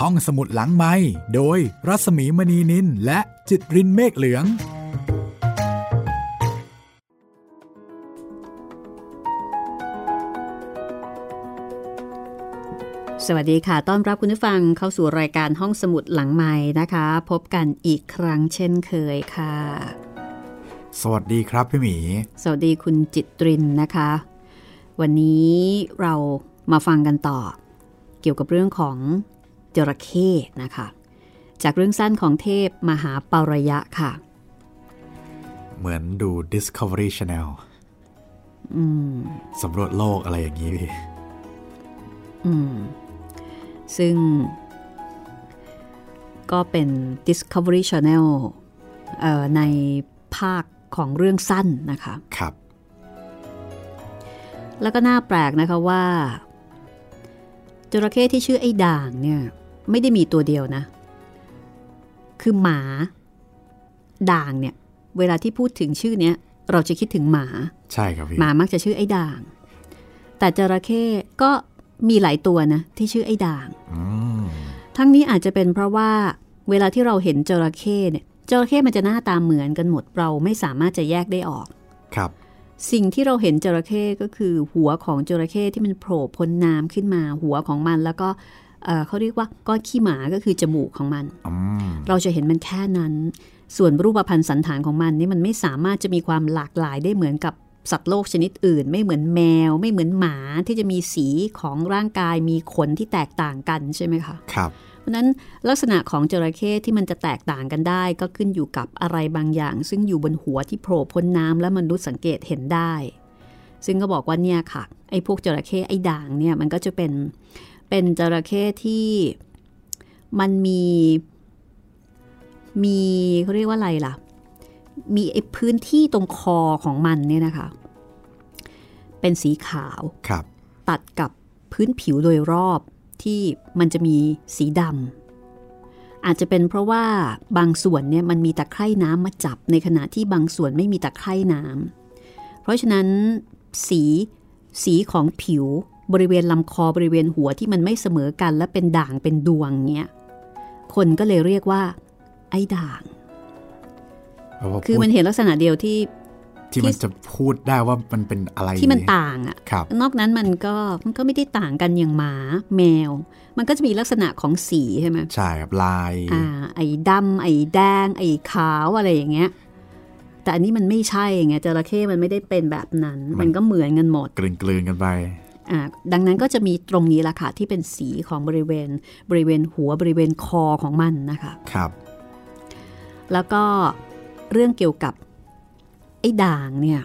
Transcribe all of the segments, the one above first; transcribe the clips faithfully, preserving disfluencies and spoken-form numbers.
ห้องสมุดหลังไมค์โดยรัศมีมณีนินและจิตรินเมฆเหลืองสวัสดีค่ะต้อนรับคุณผู้ฟังเข้าสู่รายการห้องสมุดหลังไมค์นะคะพบกันอีกครั้งเช่นเคยค่ะสวัสดีครับพี่หมีสวัสดีคุณจิตรินนะคะวันนี้เรามาฟังกันต่อเกี่ยวกับเรื่องของจระเข้นะคะจากเรื่องสั้นของเทพมหาปารยะค่ะเหมือนดู Discovery Channel อืมสำรวจโลกอะไรอย่างนี้พี่อืมซึ่งก็เป็น Discovery Channel เอ่อในภาคของเรื่องสั้นนะคะครับแล้วก็น่าแปลกนะคะว่าจระเข้ที่ชื่อไอ้ด่างเนี่ยไม่ได้มีตัวเดียวนะคือหมาด่างเนี่ยเวลาที่พูดถึงชื่อเนี้ยเราจะคิดถึงหมาใช่ครับพี่หมามักจะชื่อไอ้ด่างแต่จระเข้ก็มีหลายตัวนะที่ชื่อไอ้ด่างทั้งนี้อาจจะเป็นเพราะว่าเวลาที่เราเห็นจระเข้เนี่ยจระเข้มันจะหน้าตาเหมือนกันหมดเราไม่สามารถจะแยกได้ออกครับสิ่งที่เราเห็นจระเข้ก็คือหัวของจระเข้ที่มันโผล่พ้นน้ำขึ้นมาหัวของมันแล้วก็เอ่อเขาเรียกว่าก้อนขี้หมาก็คือจมูกของมันเราจะเห็นมันแค่นั้นส่วนรูปพรรณสันฐานของมันนี่มันไม่สามารถจะมีความหลากหลายได้เหมือนกับสัตว์โลกชนิดอื่นไม่เหมือนแมวไม่เหมือนหมาที่จะมีสีของร่างกายมีขนที่แตกต่างกันใช่ไหมคะครับเพราะนั้นลักษณะของจระเข้ที่มันจะแตกต่างกันได้ก็ขึ้นอยู่กับอะไรบางอย่างซึ่งอยู่บนหัวที่โผล่พ้นน้ำและมนุษย์สังเกตเห็นได้ซึ่งก็บอกว่าเนี่ยค่ะไอ้พวกจระเข้ไอ้ด่างเนี่ยมันก็จะเป็นเป็นจระเข้ที่มันมีมีเขาเรียกว่าอะไรล่ะมีไอ้พื้นที่ตรงคอของมันเนี่ยนะคะเป็นสีขาวตัดกับพื้นผิวโดยรอบที่มันจะมีสีดำอาจจะเป็นเพราะว่าบางส่วนเนี่ยมันมีตะไคร่น้ำมาจับในขณะที่บางส่วนไม่มีตะไคร่น้ำเพราะฉะนั้นสีสีของผิวบริเวณลำคอบริเวณหัวที่มันไม่เสมอกันและเป็นด่างเป็นดวงเงี้ยคนก็เลยเรียกว่าไอ้ด่างคือมันเห็นลักษณะเดียวที่ที่มันจะพูดได้ว่ามันเป็นอะไรที่มันต่างอ่ะนอกนั้นมันก็มันก็ไม่ได้ต่างกันอย่างหมาแมวมันก็จะมีลักษณะของสีใช่ไหมใช่ครับลายอ่าไอ้ดำไอ้แดงไอ้ขาวอะไรอย่างเงี้ยแต่อันนี้มันไม่ใช่ไงจระเข้มันไม่ได้เป็นแบบนั้นมันก็เหมือนกันหมดกลืนๆกันไปอ่าดังนั้นก็จะมีตรงนี้ละค่ะที่เป็นสีของบริเวณบริเวณหัวบริเวณคอของมันนะคะครับแล้วก็เรื่องเกี่ยวกับไอ้ด่างเนี่ย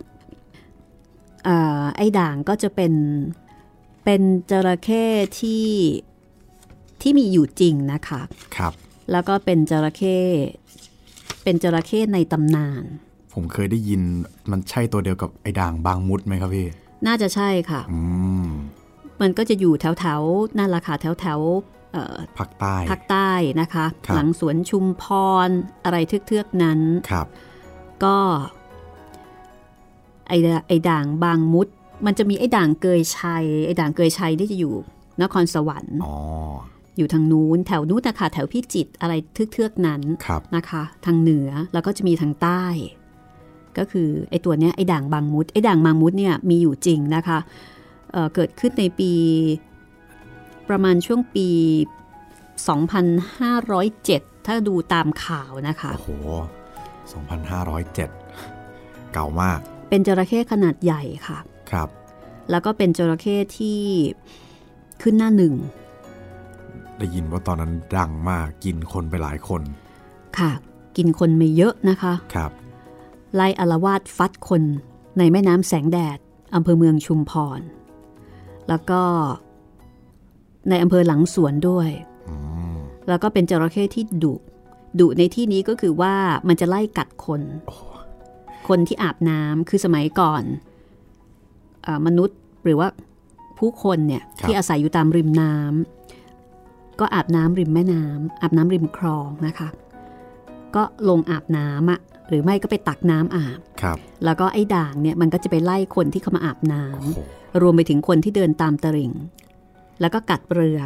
ไอ้ด่างก็จะเป็นเป็นจระเข้ที่ที่มีอยู่จริงนะคะครับแล้วก็เป็นจระเข้เป็นจระเข้ในตำนานผมเคยได้ยินมันใช่ตัวเดียวกับไอ้ด่างบางมุดไหมครับพี่น่าจะใช่ค่ะอืมมันก็จะอยู่แถวแถวนั่นแหละค่ะแถวแถวภาคใต้ภาคใต้นะคะหลังสวนชุมพรอะไรเทือกๆนั้นครับก็ไอ้ไอ้ด่างบางมุดมันจะมีไอ้ด่างเกยชัยไอ้ด่างเกยชัยที่จะอยู่นครสวรรค์อ๋ออยู่ทางนู้นแถวนู้นนะคะแถวพิจิตรอะไรเทือกๆนั้นนะคะทางเหนือแล้วก็จะมีทางใต้ก็คือไอ้ตัวเนี้ยไอ้ด่างบางมุดไอ้ด่างบางมุดเนี่ยมีอยู่จริงนะคะ เอ่อ เกิดขึ้นในปีประมาณช่วงปีสองพันห้าร้อยเจ็ดถ้าดูตามข่าวนะคะโอ้โหสองพันห้าร้อยเจ็ดเก่ามากเป็นจระเข้ขนาดใหญ่ค่ะครับแล้วก็เป็นจระเข้ที่ขึ้นหน้าหนึ่งได้ยินว่าตอนนั้นดังมากกินคนไปหลายคนค่ะกินคนไม่เยอะนะคะครับไล่อาละวาดฟัดคนในแม่น้ำแสงแดดอำเภอเมืองชุมพรแล้วก็ในอำเภอหลังสวนด้วยแล้วก็เป็นจระเข้ที่ดุดุในที่นี้ก็คือว่ามันจะไล่กัดคนคนที่อาบน้ำคือสมัยก่อนเอ่อมนุษย์หรือว่าผู้คนเนี่ยที่อาศัยอยู่ตามริมน้ำก็อาบน้ำริมแม่น้ำอาบน้ำริมคลองนะคะก็ลงอาบน้ำอ่ะหรือไม่ก็ไปตักน้ำอาบแล้วก็ไอ้ด่างเนี่ยมันก็จะไปไล่คนที่เข้ามาอาบน้ำรวมไปถึงคนที่เดินตามตลิ่งแล้วก็กัดเรือ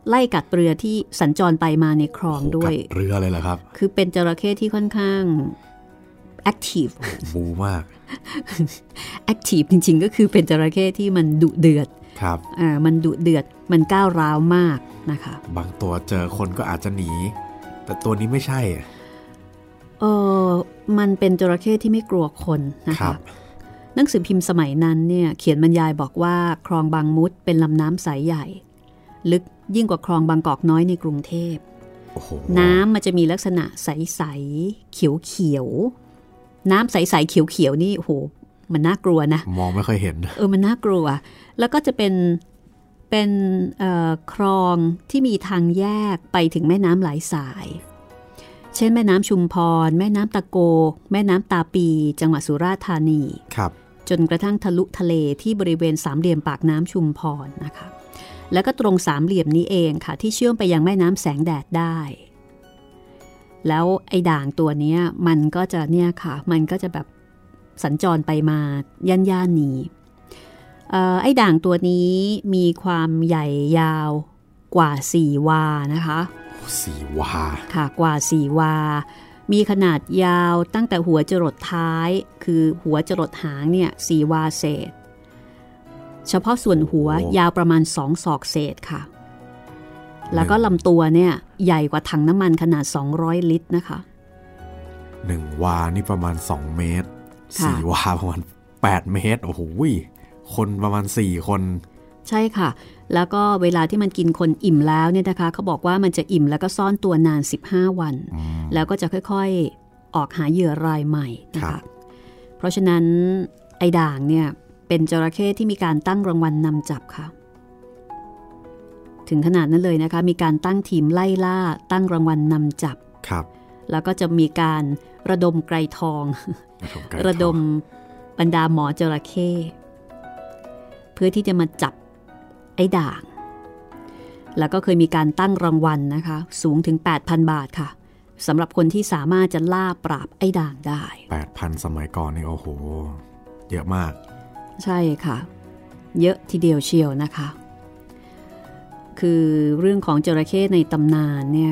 ไล่กัดเรือที่สัญจรไปมาในคลองด้วยกัดเรือเลยเหรอครับคือเป็นจระเข้ที่ค่อนข้างแอคทีฟบูมากแอคทีฟจริงๆก็คือเป็นจระเข้ที่มันดุเดือดครับอ่ามันดุเดือดมันก้าวร้าวมากนะคะบางตัวเจอคนก็อาจจะหนีแต่ตัวนี้ไม่ใช่เออมันเป็นจระเข้ที่ไม่กลัวคนนะคะหนังสือพิมพ์สมัยนั้นเนี่ยเขียนบรรยายบอกว่าคลองบางมุดเป็นลำน้ำสายใหญ่ลึกยิ่งกว่าคลองบางกอกน้อยในกรุงเทพน้ำมันจะมีลักษณะใสๆเขียวๆน้ำใสๆเขียวๆนี่โอ้โหมันน่ากลัวนะมองไม่ค่อยเห็นเออมันน่ากลัวแล้วก็จะเป็นเป็นคลองที่มีทางแยกไปถึงแม่น้ำหลายสายเช่นแม่น้ำชุมพรแม่น้ำตะโกแม่น้ำตาปีจังหวัดสุราษฎร์ธานีครับจนกระทั่งทะลุทะเลที่บริเวณสามเหลี่ยมปากน้ำชุมพรนะคะแล้วก็ตรงสามเหลี่ยมนี้เองค่ะที่เชื่อมไปยังแม่น้ำแสงแดดได้แล้วไอ้ด่างตัวนี้มันก็จะเนี่ยค่ะมันก็จะแบบสัญจรไปมาย่านย่านนี้ไอ้ด่างตัวนี้มีความใหญ่ยาวกว่าสี่วานะคะสี่วาค่ะกว่าสี่วามีขนาดยาวตั้งแต่หัวจรดท้ายคือหัวจรดหางเนี่ยสี่วาเศษเฉพาะส่วนหัวยาวประมาณสองศอกเศษค่ะแล้วก็ลำตัวเนี่ยใหญ่กว่าถังน้ำมันขนาดสองร้อยลิตรนะคะหนึ่งวานี่ประมาณสองเมตรสี่วาประมาณแปดเมตรโอ้โหคนประมาณสี่คนใช่ค่ะแล้วก็เวลาที่มันกินคนอิ่มแล้วเนี่ยนะคะเขาบอกว่ามันจะอิ่มแล้วก็ซ่อนตัวนานสิบห้าวันแล้วก็จะค่อยๆออกหาเหยื่อรายใหม่นะคะเพราะฉะนั้นไอ้ด่างเนี่ยเป็นจระเข้ที่มีการตั้งรางวัลนำจับค่ะถึงขนาดนั้นเลยนะคะมีการตั้งทีมไล่ล่าตั้งรางวัลนำจับครับแล้วก็จะมีการระดมไกรทองระดมบรรดาหมอจระเข้เพื่อที่จะมาจับไอ้ด่างแล้วก็เคยมีการตั้งรางวัลนะคะสูงถึง แปดพัน บาทค่ะสำหรับคนที่สามารถจะล่าปราบไอ้ด่างได้แปดพัน สมัยก่อนนี่โอ้โหเยอะมากใช่ค่ะเยอะทีเดียวเชียวนะคะคือเรื่องของจระเข้ในตำนานเนี่ย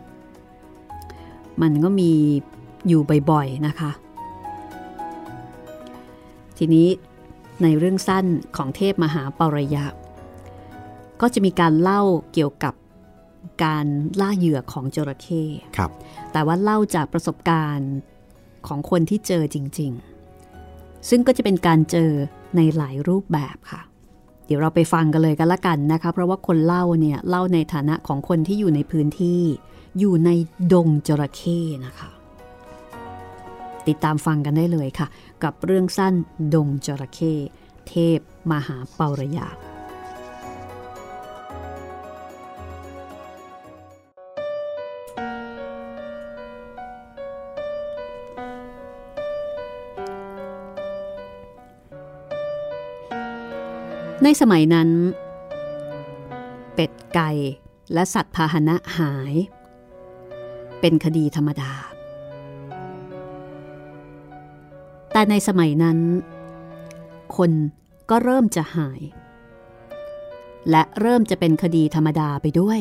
มันก็มีอยู่บ่อยๆนะคะทีนี้ในเรื่องสั้นของเทพมหาปารยะก็จะมีการเล่าเกี่ยวกับการล่าเหยื่อของจระเข้ครับแต่ว่าเล่าจากประสบการณ์ของคนที่เจอจริงๆซึ่งก็จะเป็นการเจอในหลายรูปแบบค่ะเดี๋ยวเราไปฟังกันเลยกันละกันนะคะเพราะว่าคนเล่าเนี่ยเล่าในฐานะของคนที่อยู่ในพื้นที่อยู่ในดงจระเข้นะคะติดตามฟังกันได้เลยค่ะกับเรื่องสั้นดงจระเข้เทพมหาปารยาในสมัยนั้นเป็ดไก่และสัตว์พาหนะหายเป็นคดีธรรมดาแต่ในสมัยนั้นคนก็เริ่มจะหายและเริ่มจะเป็นคดีธรรมดาไปด้วย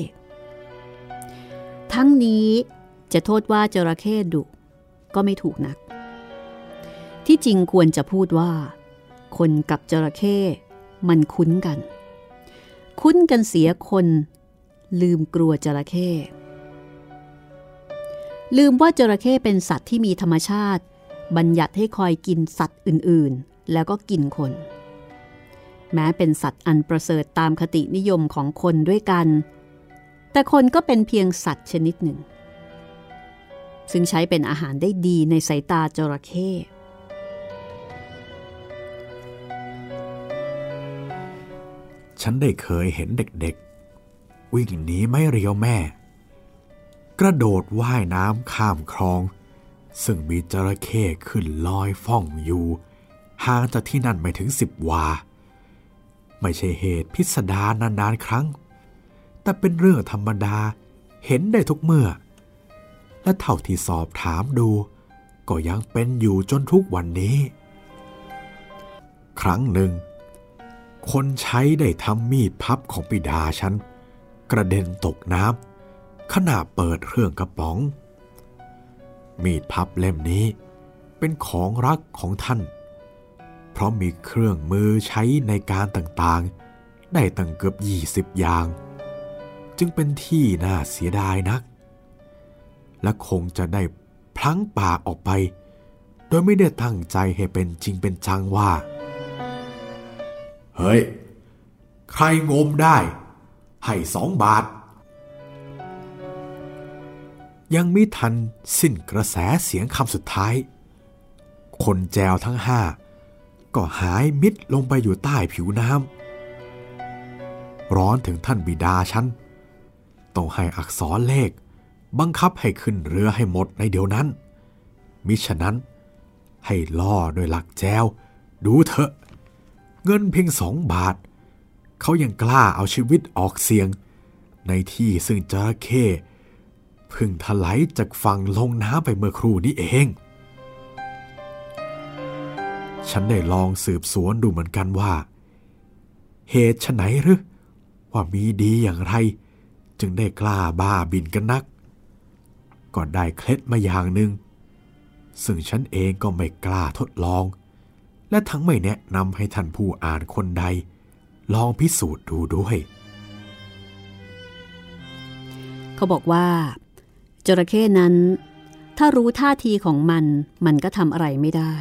ทั้งนี้จะโทษว่าจระเข้ดุก็ไม่ถูกนักที่จริงควรจะพูดว่าคนกับจระเข้มันคุ้นกันคุ้นกันเสียคนลืมกลัวจระเข้ลืมว่าจระเข้เป็นสัตว์ที่มีธรรมชาติบัญญัติให้คอยกินสัตว์อื่นๆแล้วก็กินคนแม้เป็นสัตว์อันประเสริฐตามคตินิยมของคนด้วยกันแต่คนก็เป็นเพียงสัตว์ชนิดหนึ่งซึ่งใช้เป็นอาหารได้ดีในสายตาจระเข้ฉันได้เคยเห็นเด็กๆวิ่งหนีไม่เรียวแม่กระโดดว่ายน้ำข้ามคลองซึ่งมีจระเข้ขึ้นลอยฟ่องอยู่ห่างจากที่นั่นไม่ถึงสิบวาไม่ใช่เหตุพิสดารนานๆครั้งแต่เป็นเรื่องธรรมดาเห็นได้ทุกเมื่อและเท่าที่สอบถามดูก็ยังเป็นอยู่จนทุกวันนี้ครั้งหนึ่งคนใช้ได้ทำมีดพับของบิดาฉันกระเด็นตกน้ำขณะเปิดเครื่องกระป๋องมีดพับเล่มนี้เป็นของรักของท่านเพราะมีเครื่องมือใช้ในการต่างๆได้ตั้งเกือบยี่สิบอย่างจึงเป็นที่น่าเสียดายนักและคงจะได้พลั้งปากออกไปโดยไม่ได้ตั้งใจให้เป็นจริงเป็นจังว่าเฮ้ยใครงมได้ให้สองบาทยังไม่ทันสิ้นกระแสเสียงคำสุดท้ายคนแจวทั้งห้าก็หายมิดลงไปอยู่ใต้ผิวน้ำร้อนถึงท่านบิดาฉันต้องให้อักษรเลขบังคับให้ขึ้นเรือให้หมดในเดี๋ยวนั้นมิฉะนั้นให้ล่อโดยหลักแจวดูเถอะเงินเพียงสองบาทเขายังกล้าเอาชีวิตออกเสี่ยงในที่ซึ่งจระเข้เพิ่งถลายจากฝั่งลงน้ำไปเมื่อครู่นี้เองฉันได้ลองสืบสวนดูเหมือนกันว่าเหตุไฉนหรือว่ามีดีอย่างไรจึงได้กล้าบ้าบินกันนักก็ได้เคล็ดมาอย่างหนึ่งซึ่งฉันเองก็ไม่กล้าทดลองและทั้งไม่แนะนำให้ท่านผู้อ่านคนใดลองพิสูจน์ดูด้วยเขาบอกว่าจระเข้นั้นถ้ารู้ท่าทีของมันมันก็ทำอะไรไม่ได้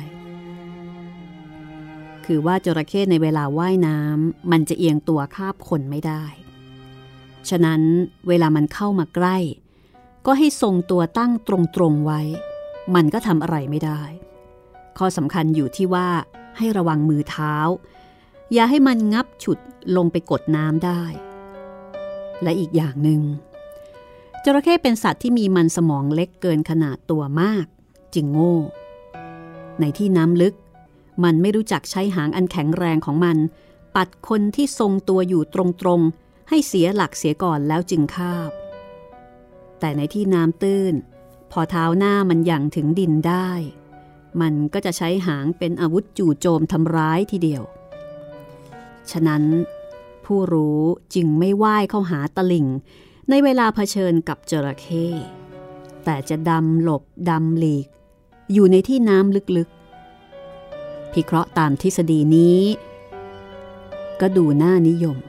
คือว่าจระเข้ในเวลาว่ายน้ำมันจะเอียงตัวคาบคนไม่ได้ฉะนั้นเวลามันเข้ามาใกล้ก็ให้ทรงตัวตั้งตรงๆไว้มันก็ทำอะไรไม่ได้ข้อสำคัญอยู่ที่ว่าให้ระวังมือเท้าอย่าให้มันงับฉุดลงไปกดน้ำได้และอีกอย่างหนึ่งจระเข้เป็นสัตว์ที่มีมันสมองเล็กเกินขนาดตัวมากจึงโง่ในที่น้ำลึกมันไม่รู้จักใช้หางอันแข็งแรงของมันปัดคนที่ทรงตัวอยู่ตรงๆให้เสียหลักเสียก่อนแล้วจึงคาบแต่ในที่น้ำตื้นพอเท้าหน้ามันหยั่งถึงดินได้มันก็จะใช้หางเป็นอาวุธจู่โจมทำร้ายทีเดียวฉะนั้นผู้รู้จึงไม่ว่ายเข้าหาตลิ่งในเวลาเผชิญกับจระเข้แต่จะดำหลบดำหลีกอยู่ในที่น้ำลึกๆพิเคราะห์ตามทฤษฎีนี้ก็ดูน่านิยม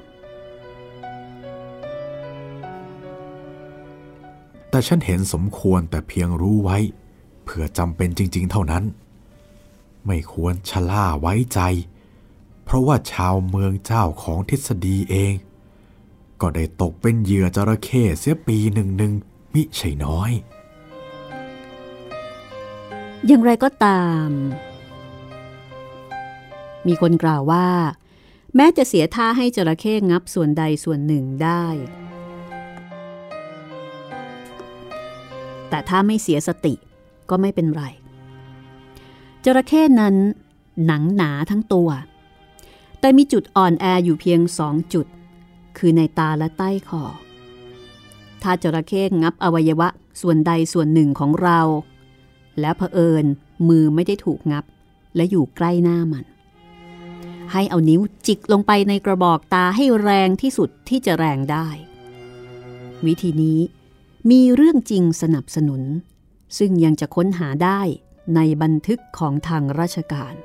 แต่ฉันเห็นสมควรแต่เพียงรู้ไว้เผื่อจำเป็นจริงๆเท่านั้นไม่ควรชะล่าไว้ใจเพราะว่าชาวเมืองเจ้าของทฤษฎีเองก็ได้ตกเป็นเหยื่อจระเข้เสียปีหนึ่งหนึ่งมิใช่น้อยอย่างไรก็ตามมีคนกล่าวว่าแม้จะเสียท่าให้จระเข้งับส่วนใดส่วนหนึ่งได้แต่ถ้าไม่เสียสติก็ไม่เป็นไรจระเข้นั้นหนังหนาทั้งตัวแต่มีจุดอ่อนแออยู่เพียงสองจุดคือในตาและใต้คอถ้าจระเข้งับอวัยวะส่วนใดส่วนหนึ่งของเราและเผอิญมือไม่ได้ถูกงับและอยู่ใกล้หน้ามันให้เอานิ้วจิกลงไปในกระบอกตาให้แรงที่สุดที่จะแรงได้วิธีนี้มีเรื่องจริงสนับสนุนซึ่งยังจะค้นหาได้ในบันทึกของทางราชการ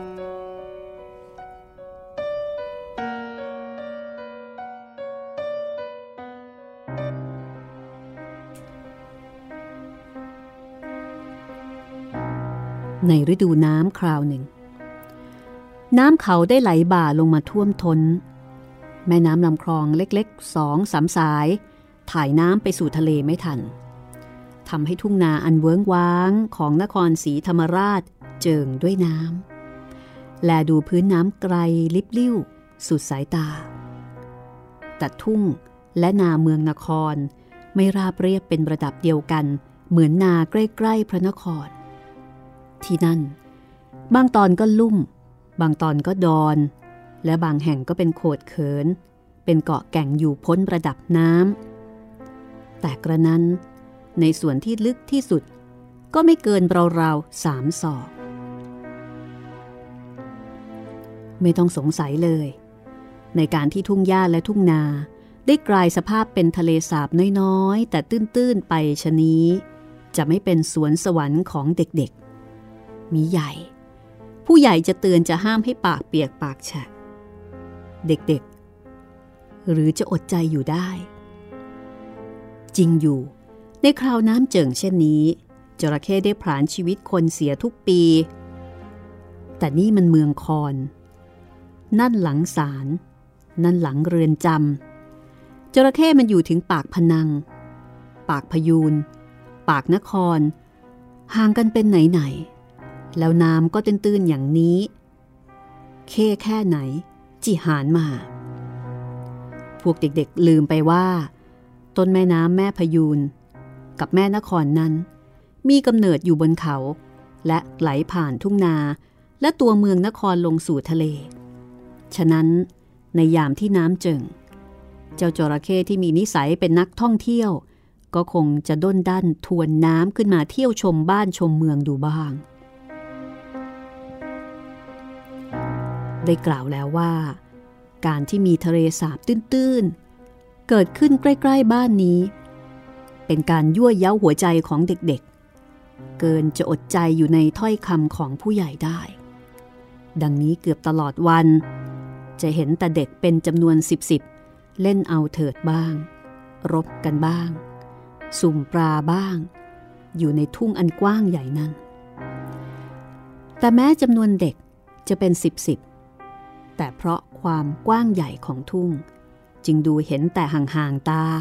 ในฤดูน้ำคราวหนึ่งน้ำเขาได้ไหลบ่าลงมาท่วมท้นแม่น้ำลำคลองเล็กๆสองสามสายถ่ายน้ำไปสู่ทะเลไม่ทันทำให้ทุ่งนาอันเวิ้งว้างของนครศรีธรรมราชเจิ่งด้วยน้ำแลดูพื้นน้ำไกลลิบลิ่วสุดสายตาแต่ทุ่งและนาเมืองนครไม่ราบเรียบเป็นระดับเดียวกันเหมือนนาใกล้ๆพระนครที่นั่นบางตอนก็ลุ่มบางตอนก็ดอนและบางแห่งก็เป็นโขดเขินเป็นเกาะแก่งอยู่พ้นระดับน้ำแต่กระนั้นในส่วนที่ลึกที่สุดก็ไม่เกินราวๆสามศอกไม่ต้องสงสัยเลยในการที่ทุ่งหญ้าและทุ่งนาได้กลายสภาพเป็นทะเลสาบน้อยๆแต่ตื้นๆไปชะนี้จะไม่เป็นสวนสวรรค์ของเด็กๆมีใหญ่ผู้ใหญ่จะเตือนจะห้ามให้ปากเปียกปากแฉะเด็กๆหรือจะอดใจอยู่ได้จริงอยู่ในคราวน้ำเจิ่งเช่นนี้จระเข้ได้ผลาญชีวิตคนเสียทุกปีแต่นี่มันเมืองคอนนั่นหลังศาลนั่นหลังเรือนจำจระเข้มันอยู่ถึงปากพนังปากพยูนปากนครห่างกันเป็นไหนๆแล้วน้ำก็ตื้นๆอย่างนี้เข้แค่ไหนจิหานมาพวกเด็กๆลืมไปว่าต้นแม่น้ำแม่พยูนกับแม่นครนั้นมีกำเนิดอยู่บนเขาและไหลผ่านทุ่งนาและตัวเมืองนครลงสู่ทะเลฉะนั้นในยามที่น้ำเจิ่งเจ้าจระเข้ที่มีนิสัยเป็นนักท่องเที่ยวก็คงจะด้นดันทวนน้ำขึ้นมาเที่ยวชมบ้านชมเมืองดูบ้างได้กล่าวแล้วว่าการที่มีทะเลสาบตื้นๆเกิดขึ้นใกล้ๆบ้านนี้เป็นการยั่วเย้าหัวใจของเด็กๆเกินจะอดใจอยู่ในถ้อยคำของผู้ใหญ่ได้ดังนี้เกือบตลอดวันจะเห็นแต่เด็กเป็นจำนวนสิบสิบเล่นเอาเถิดบ้างรบกันบ้างสุ่มปลาบ้างอยู่ในทุ่งอันกว้างใหญ่นั้นแต่แม้จำนวนเด็กจะเป็นสิบสิบแต่เพราะความกว้างใหญ่ของทุ่งจึงดูเห็นแต่ห่างๆตา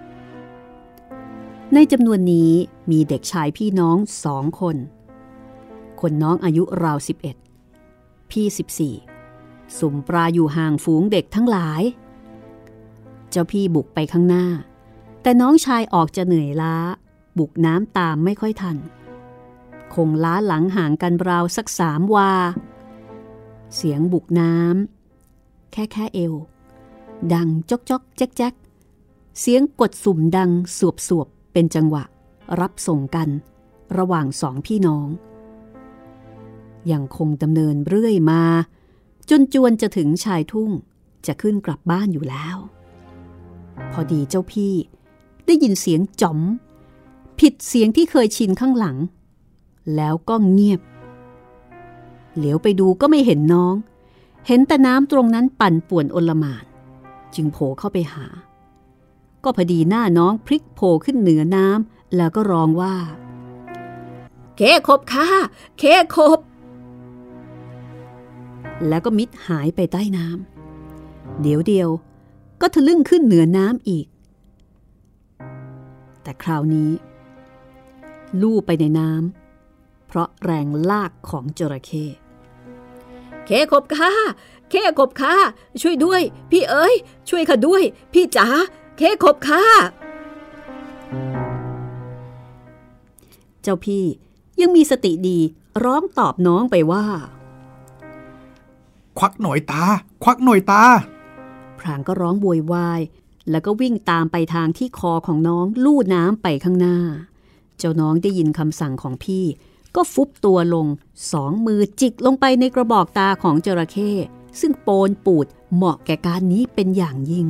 ในจำนวนนี้มีเด็กชายพี่น้องสองคนคนน้องอายุราวสิบเอ็ดพี่สิบสี่สุ่มปลาอยู่ห่างฝูงเด็กทั้งหลายเจ้าพี่บุกไปข้างหน้าแต่น้องชายออกจะเหนื่อยล้าบุกน้ำตามไม่ค่อยทันคงล้าหลังห่างกันราวสักสามวาเสียงบุกน้ำแค่แค่เอวดังจ๊อกจ๊อกแจ๊กแจ๊กเสียงกดสุ่มดังสวบสวบเป็นจังหวะรับส่งกันระหว่างสองพี่น้องยังคงดำเนินเรื่อยมาจนจวนจะถึงชายทุ่งจะขึ้นกลับบ้านอยู่แล้วพอดีเจ้าพี่ได้ยินเสียงจ๋อมผิดเสียงที่เคยชินข้างหลังแล้วก็เงียบเหลียวไปดูก็ไม่เห็นน้องเห็นแต่น้ำตรงนั้นปั่นป่วนโอลหม่านจึงโผล่เข้าไปหาก็พอดีหน้าน้องพลิกโผล่ขึ้นเหนือน้ำแล้วก็ร้องว่าเคขบค่ะเคขบแล้วก็มิดหายไปใต้น้ำเดี๋ยวเดียวก็ทะลึ่งขึ้นเหนือน้ำอีกแต่คราวนี้ลู่ไปในน้ำเพราะแรงลากของจระเข้เคขบค่ะเคขบค่ะช่วยด้วยพี่เอ๋ยช่วยข้าด้วยพี่จ๋าเคขบค่ะเจ้าพี่ยังมีสติดีร้องตอบน้องไปว่าควักหน่อยตาควักหน่อยตาพรางก็ร้องโวยวายแล้วก็วิ่งตามไปทางที่คอของน้องลู่น้ำไปข้างหน้าเจ้าน้องได้ยินคำสั่งของพี่ก็ฟุบตัวลงสองมือจิกลงไปในกระบอกตาของจระเข้ซึ่งโปนปูดเหมาะแก่การนี้เป็นอย่างยิ่ง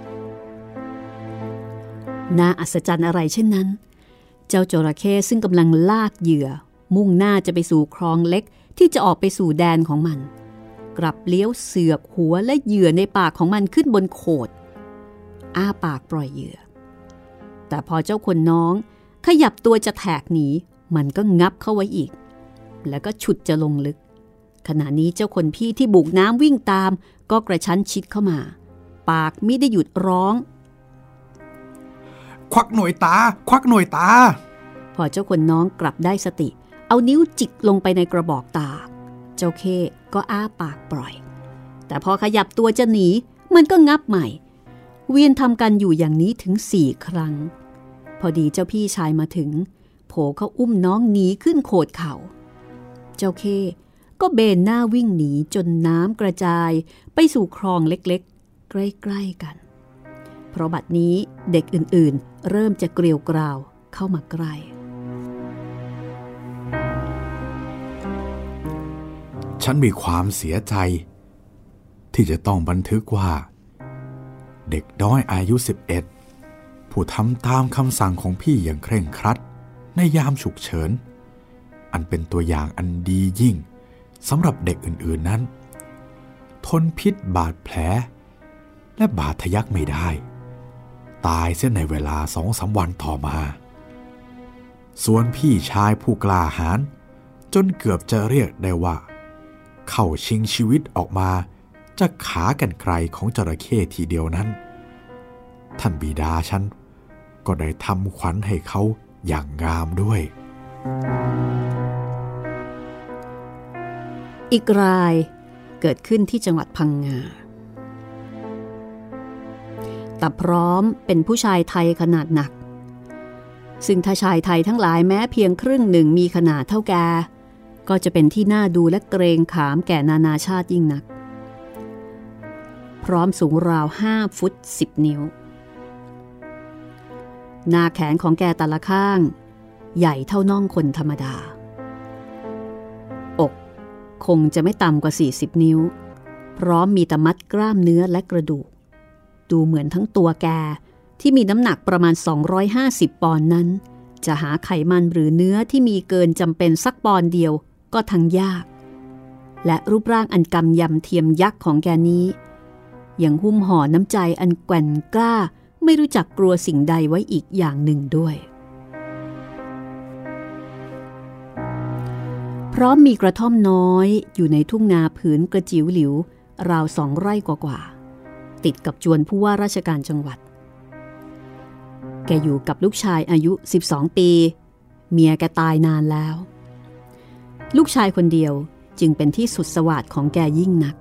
น่าอัศจรรย์อะไรเช่นนั้นเจ้าจระเข้ซึ่งกำลังลากเหยื่อมุ่งหน้าจะไปสู่คลองเล็กที่จะออกไปสู่แดนของมันกลับเลี้ยวเสือกหัวและเหยื่อในปากของมันขึ้นบนโขดอ้าปากปล่อยเหยื่อแต่พอเจ้าคนน้องขยับตัวจะแถกหนีมันก็งับเข้าไว้อีกแล้วก็ฉุดจะลงลึกขณะนี้เจ้าคนพี่ที่บุกน้ำวิ่งตามก็กระชั้นชิดเข้ามาปากมิได้หยุดร้องควักหน่วยตาควักหน่วยตาพอเจ้าคนน้องกลับได้สติเอานิ้วจิกลงไปในกระบอกตาเจ้าเข้ก็อ้าปากปล่อยแต่พอขยับตัวจะหนีมันก็งับใหม่เวียนทำกันอยู่อย่างนี้ถึงสี่ครั้งพอดีเจ้าพี่ชายมาถึงโผล่เขาอุ้มน้องหนีขึ้นโขดเขาเจ้าเข้ก็เบนหน้าวิ่งหนีจนน้ำกระจายไปสู่คลองเล็กๆใกล้ๆกันเพราะบัดนี้เด็กอื่นๆเริ่มจะเกลียวกราวเข้ามาใกล้ฉันมีความเสียใจที่จะต้องบันทึกว่าเด็กน้อยอายุสิบเอ็ดผู้ทำตามคำสั่งของพี่อย่างเคร่งครัดในยามฉุกเฉินอันเป็นตัวอย่างอันดียิ่งสำหรับเด็กอื่นๆนั้นทนพิษบาดแผลและบาดทะยักไม่ได้ตายเสียในเวลาสองสามวันต่อมาส่วนพี่ชายผู้กล้าหาญจนเกือบจะเรียกได้ว่าเข้าชิงชีวิตออกมาจากขากรรไกรของจระเข้ทีเดียวนั้นท่านบิดาฉันก็ได้ทำขวัญให้เขาอย่างงามด้วยอีกรายเกิดขึ้นที่จังหวัดพังงาแต่พร้อมเป็นผู้ชายไทยขนาดหนักซึ่งถ้าชายไทยทั้งหลายแม้เพียงครึ่งหนึ่งมีขนาดเท่าแกก็จะเป็นที่น่าดูและเกรงขามแก่นานาชาติยิ่งนักพร้อมสูงราวห้าฟุตสิบนิ้วหน้าแขนของแกแต่ละข้างใหญ่เท่าน่องคนธรรมดาอกคงจะไม่ต่ำกว่าสี่สิบนิ้วพร้อมมีแต่มัดกล้ามเนื้อและกระดูกดูเหมือนทั้งตัวแกที่มีน้ำหนักประมาณสองร้อยห้าสิบปอนด์นั้นจะหาไขมันหรือเนื้อที่มีเกินจำเป็นสักปอนด์เดียวก็ทั้งยากและรูปร่างอันกำยำเทียมยักษ์ของแกนี้ยังหุ้มห่อน้ำใจอันแกว่งกล้าไม่รู้จักกลัวสิ่งใดไว้อีกอย่างหนึ่งด้วยพร้อมมีกระท่อมน้อยอยู่ในทุ่งนาผืนกระจิ๋วหลิวราวสองไร่กว่าๆติดกับจวนผู้ว่าราชการจังหวัดแกอยู่กับลูกชายอายุสิบสองปีเมียแกตายนานแล้วลูกชายคนเดียวจึงเป็นที่สุดสวัสดิ์ของแกยิ่งนัก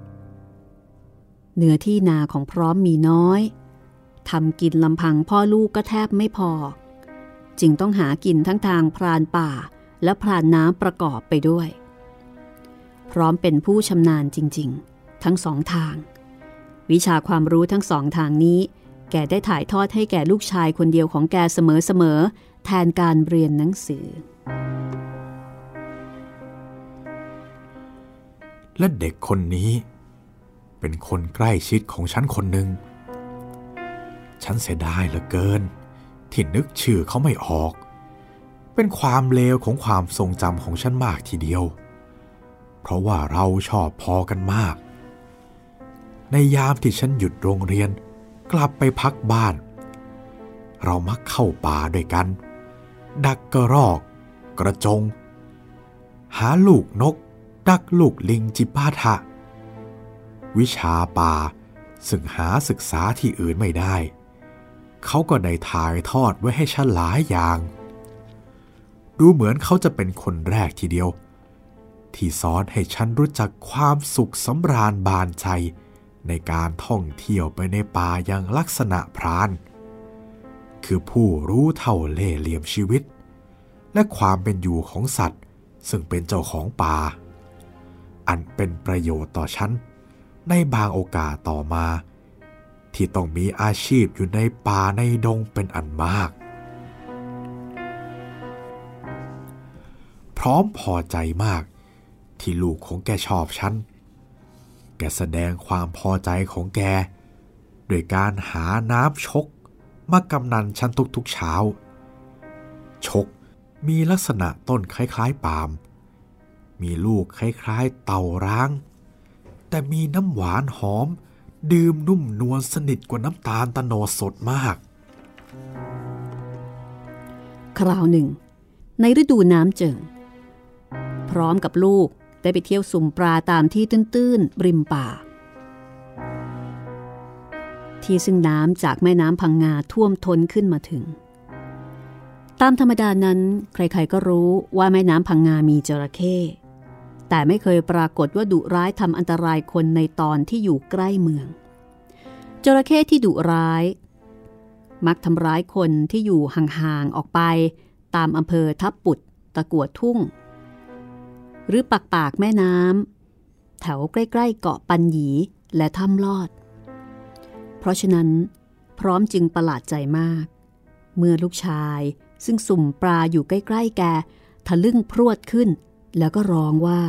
เนื้อที่นาของพร้อมมีน้อยทำกินลำพังพ่อลูกก็แทบไม่พอจึงต้องหากินทั้งทางพรานป่าและพรานน้ำประกอบไปด้วยพร้อมเป็นผู้ชำนาญจริงๆทั้งสองทางวิชาความรู้ทั้งสองทางนี้แกได้ถ่ายทอดให้แก่ลูกชายคนเดียวของแกเสมอๆแทนการเรียนหนังสือและเด็กคนนี้เป็นคนใกล้ชิดของฉันคนหนึ่งฉันเสียดายเหลือเกินที่นึกชื่อเขาไม่ออกเป็นความเลวของความทรงจำของฉันมากทีเดียวเพราะว่าเราชอบพอกันมากในยามที่ฉันหยุดโรงเรียนกลับไปพักบ้านเรามักเข้าป่าด้วยกันดักกระรอกกระจงหาลูกนกดักลูกลิงจิปาถะวิชาป่าซึ่งหาศึกษาที่อื่นไม่ได้เขาก็ได้ถ่ายทอดไว้ให้ฉันหลายอย่างดูเหมือนเขาจะเป็นคนแรกทีเดียวที่สอนให้ฉันรู้จักความสุขสำราญบานใจในการท่องเที่ยวไปในป่าอย่างลักษณะพรานคือผู้รู้เท่าเล่ห์เหลี่ยมชีวิตและความเป็นอยู่ของสัตว์ซึ่งเป็นเจ้าของป่าอันเป็นประโยชน์ต่อฉันในบางโอกาสต่อมาที่ต้องมีอาชีพอยู่ในป่าในดงเป็นอันมากพร้อมพอใจมากที่ลูกของแกชอบฉันแกแสดงความพอใจของแกโดยการหาน้ำชกมากำนันฉันทุกๆเช้าชกมีลักษณะต้นคล้ายๆปาล์มมีลูกคล้ายๆเต่าร้างแต่มีน้ำหวานหอมดื่มนุ่มนวลสนิทกว่าน้ำตาลตะโนดสดมากคราวหนึ่งในฤดูน้ำเจิ่งพร้อมกับลูกได้ไปเที่ยวสุ่มปลาตามที่ตื้นๆริมป่าที่ซึ่งน้ำจากแม่น้ำพังงาท่วมท้นขึ้นมาถึงตามธรรมดานั้นใครๆก็รู้ว่าแม่น้ำพังงามีจระเข้แต่ไม่เคยปรากฏว่าดุร้ายทำอันตรายคนในตอนที่อยู่ใกล้เมืองจระเข้ที่ดุร้ายมักทำร้ายคนที่อยู่ห่างๆออกไปตามอำเภอทับปุดตะกั่วทุ่งหรือปากปากแม่น้ำแถวใกล้ๆเกาะปันหยีและถ้ำลอดเพราะฉะนั้นพร้อมจึงประหลาดใจมากเมื่อลูกชายซึ่งสุ่มปลาอยู่ใกล้ๆแกทะลึ่งพรวดขึ้นแล้วก็ร้องว่า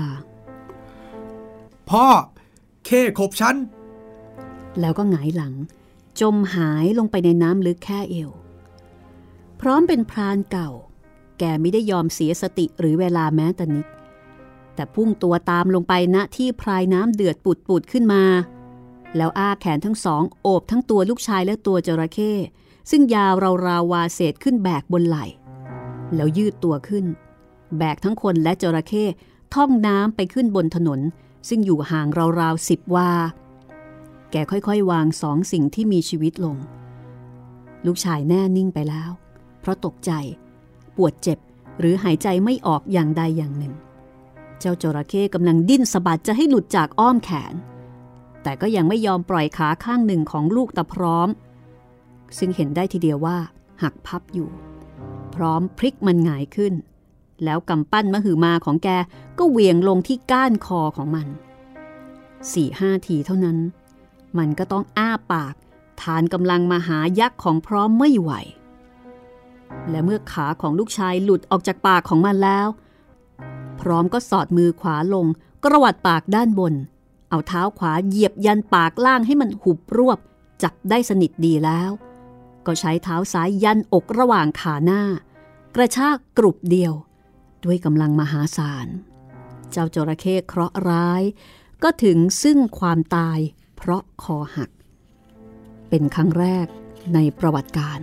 พ่อเข้ขบฉันแล้วก็หงายหลังจมหายลงไปในน้ำลึกแค่เอวพร้อมเป็นพรานเก่าแกไม่ได้ยอมเสียสติหรือเวลาแม้แต่นิดแต่พุ่งตัวตามลงไปณที่พรายน้ำเดือดปุดๆขึ้นมาแล้วอ้าแขนทั้งสองโอบทั้งตัวลูกชายและตัวจระเข้ซึ่งยาวราวๆวาเศษขึ้นแบกบนไหล่แล้วยืดตัวขึ้นแบกทั้งคนและจระเข้ท่องน้ำไปขึ้นบนถนนซึ่งอยู่ห่างราวๆสิบวาแกค่อยๆวางสองสิ่งที่มีชีวิตลงลูกชายแน่นิ่งไปแล้วเพราะตกใจปวดเจ็บหรือหายใจไม่ออกอย่างใดอย่างหนึ่งเจ้าจระเข้กำลังดิ้นสะบัดจะให้หลุดจากอ้อมแขนแต่ก็ยังไม่ยอมปล่อยขาข้างหนึ่งของลูกตะพร้อมซึ่งเห็นได้ทีเดียวว่าหักพับอยู่พร้อมพลิกมันหงายขึ้นแล้วกำปั้นมหึมาของแกก็เหวี่ยงลงที่ก้านคอของมันสี่ห้าทีเท่านั้นมันก็ต้องอ้าปากทานกำลังมาหายักษ์ของพร้อมไม่ไหวและเมื่อขาของลูกชายหลุดออกจากปากของมันแล้วพร้อมก็สอดมือขวาลงกระวัดปากด้านบนเอาเท้าขวาเหยียบยันปากล่างให้มันหุบรวบจับได้สนิทดีแล้วก็ใช้เท้าซ้ายยันอกระหว่างขาหน้ากระชากกรุบเดียวด้วยกำลังมหาศาลเจ้าจระเข้เคราะห์ร้ายก็ถึงซึ่งความตายเพราะคอหักเป็นครั้งแรกในประวัติการ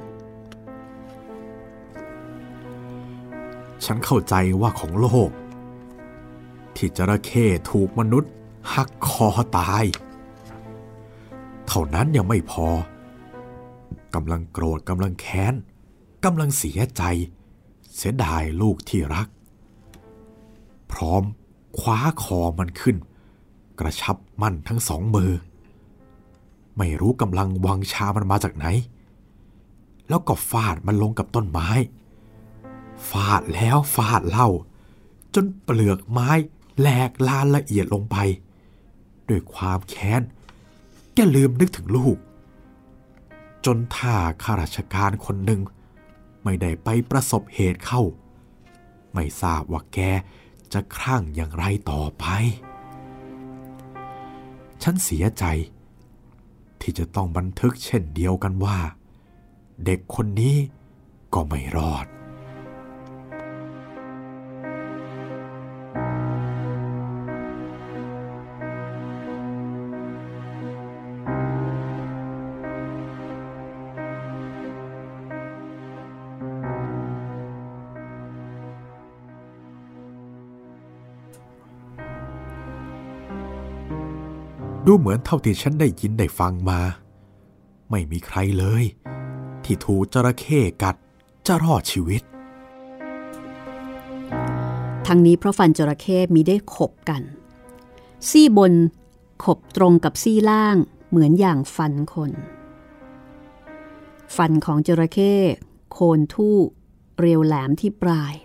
ฉันเข้าใจว่าของโลกที่จระเข้ถูกมนุษย์หักคอตายเท่านั้นยังไม่พอกำลังโกรธกำลังแค้นกำลังเสียใจเสียดายลูกที่รักพร้อมคว้าคอมันขึ้นกระชับมั่นทั้งสองมือไม่รู้กำลังวังชามันมาจากไหนแล้วก็ฟาดมันลงกับต้นไม้ฟาดแล้วฟาดเล่าจนเปลือกไม้แหลกลานละเอียดลงไปด้วยความแค้นแกลืมนึกถึงลูกจนถ้าข้าราชการคนหนึ่งไม่ได้ไปประสบเหตุเข้าไม่ทราบว่าแกจะคลั่งอย่างไรต่อไปฉันเสียใจที่จะต้องบันทึกเช่นเดียวกันว่าเด็กคนนี้ก็ไม่รอดดูเหมือนเท่าที่ฉันได้ยินได้ฟังมาไม่มีใครเลยที่ถูกจระเข้กัดจะรอดชีวิตทั้งนี้เพราะฟันจระเข้มีได้ขบกันซี่บนขบตรงกับซี่ล่างเหมือนอย่างฟันคนฟันของจระเข้โคนทู่เรียวแหลมที่ปลาย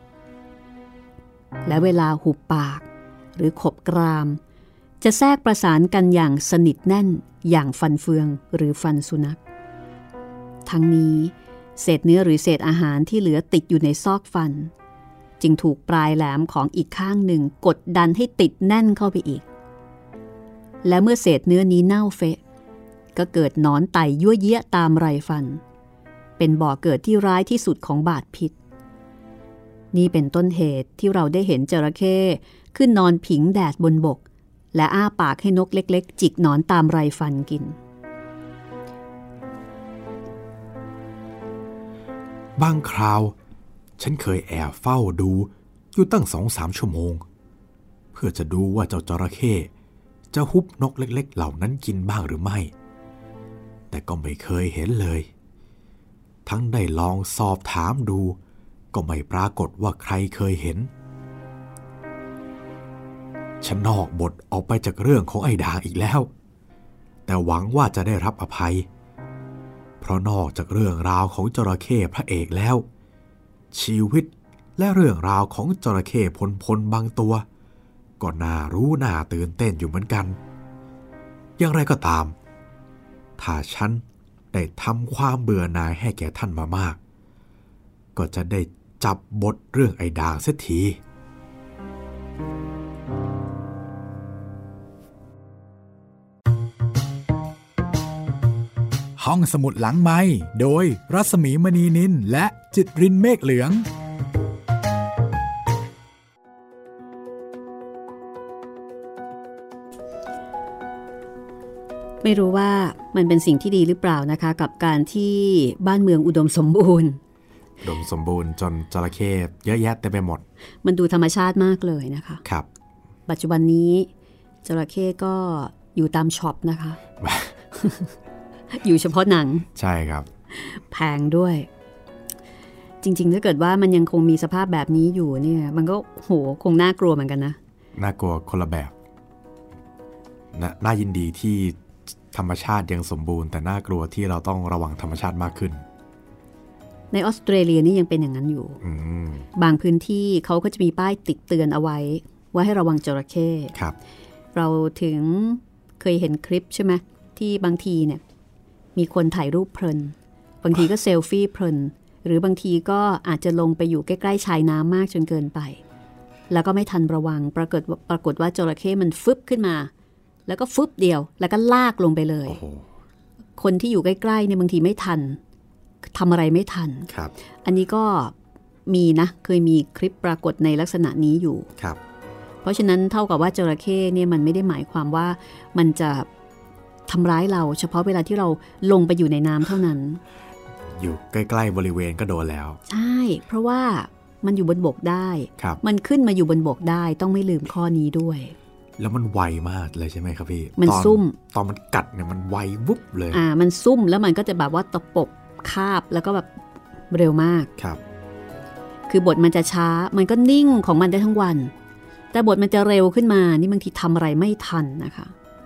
และเวลาหุบปากหรือขบกรามจะแทรกประสานกันอย่างสนิทแน่นอย่างฟันเฟืองหรือฟันสุนัขทั้งนี้เศษเนื้อหรือเศษอาหารที่เหลือติดอยู่ในซอกฟันจึงถูกปลายแหลมของอีกข้างหนึ่งกดดันให้ติดแน่นเข้าไปอีกและเมื่อเศษเนื้อนี้เน่าเฟะก็เกิดหนอนไต่ยั่วเยี้ยตามไรฟันเป็นบ่อเกิดที่ร้ายที่สุดของบาดพิษนี่เป็นต้นเหตุที่เราได้เห็นจระเข้ขึ้นนอนผิงแดดบนบกและอ้าปากให้นกเล็กๆจิกหนอนตามไรฟันกินบางคราวฉันเคยแอบเฝ้าดูอยู่ตั้งสองสามชั่วโมงเพื่อจะดูว่าเจ้าจระเข้จะฮุบนกเล็กๆเหล่านั้นกินบ้างหรือไม่แต่ก็ไม่เคยเห็นเลยทั้งได้ลองสอบถามดูก็ไม่ปรากฏว่าใครเคยเห็นฉันนอกบทออกไปจากเรื่องของไอ้ด่างอีกแล้วแต่หวังว่าจะได้รับอภัยเพราะนอกจากเรื่องราวของจระเข้พระเอกแล้วชีวิตและเรื่องราวของจระเข้พลพลบางตัวก็น่ารู้น่าตื่นเต้นอยู่เหมือนกันอย่างไรก็ตามถ้าฉันได้ทำความเบื่อหน่ายให้แก่ท่านมามากก็จะได้จับบทเรื่องไอ้ด่างเสียทีห้องสมุดหลังไมค์โดยรัศมีมณีนินและจิตรินเมฆเหลืองไม่รู้ว่ามันเป็นสิ่งที่ดีหรือเปล่านะคะกับการที่บ้านเมืองอุดมสมบูรณ์อุดมสมบูรณ์จนจระเข้เยอะแยะเต็มไปหมดมันดูธรรมชาติมากเลยนะคะครับปัจจุบันนี้จระเข้ก็อยู่ตามช็อปนะคะ อยู่เฉพาะหนังใช่ครับแพงด้วยจริงๆถ้าเกิดว่ามันยังคงมีสภาพแบบนี้อยู่เนี่ยมันก็โหคงน่ากลัวเหมือนกันนะน่ากลัวคนละแบบนะน่ายินดีที่ธรรมชาติยังสมบูรณ์แต่น่ากลัวที่เราต้องระวังธรรมชาติมากขึ้นในออสเตรเลียนี่ยังเป็นอย่างนั้นอยู่บางพื้นที่เขาก็จะมีป้ายติดเตือนเอาไว้ว่าให้ระวังจระเข้ครับเราถึงเคยเห็นคลิปใช่ไหมที่บางทีเนี่ยมีคนถ่ายรูปเพลินบางทีก็เซลฟี่เพลินหรือบางทีก็อาจจะลงไปอยู่ใกล้ๆชายน้ำมากจนเกินไปแล้วก็ไม่ทันระวังปรากฏปรากฏว่าจระเข้มันฟึบขึ้นมาแล้วก็ฟึบเดียวแล้วก็ลากลงไปเลยคนที่อยู่ใกล้ๆเนี่ยบางทีไม่ทันทำอะไรไม่ทันครับอันนี้ก็มีนะเคยมีคลิปปรากฏในลักษณะนี้อยู่ครับเพราะฉะนั้นเท่ากับว่าจระเข้เนี่ยมันไม่ได้หมายความว่ามันจะทำร้ายเราเฉพาะเวลาที่เราลงไปอยู่ในน้ำเท่านั้นอยู่ใกล้ๆบริเวณก็โดนแล้วใช่เพราะว่ามันอยู่บนบกได้มันขึ้นมาอยู่บนบกได้ต้องไม่ลืมข้อนี้ด้วยแล้วมันไวมากเลยใช่ไหมครับพี่มันซุ่มตอนมันกัดเนี่ยมันไววุบเลยอ่ามันซุ่มแล้วมันก็จะแบบว่าตะปบคาบแล้วก็แบบเร็วมากครับคือบทมันจะช้ามันก็นิ่งของมันได้ทั้งวันแต่บทมันจะเร็วขึ้นมานี่บางทีทำอะไรไม่ทันนะคะ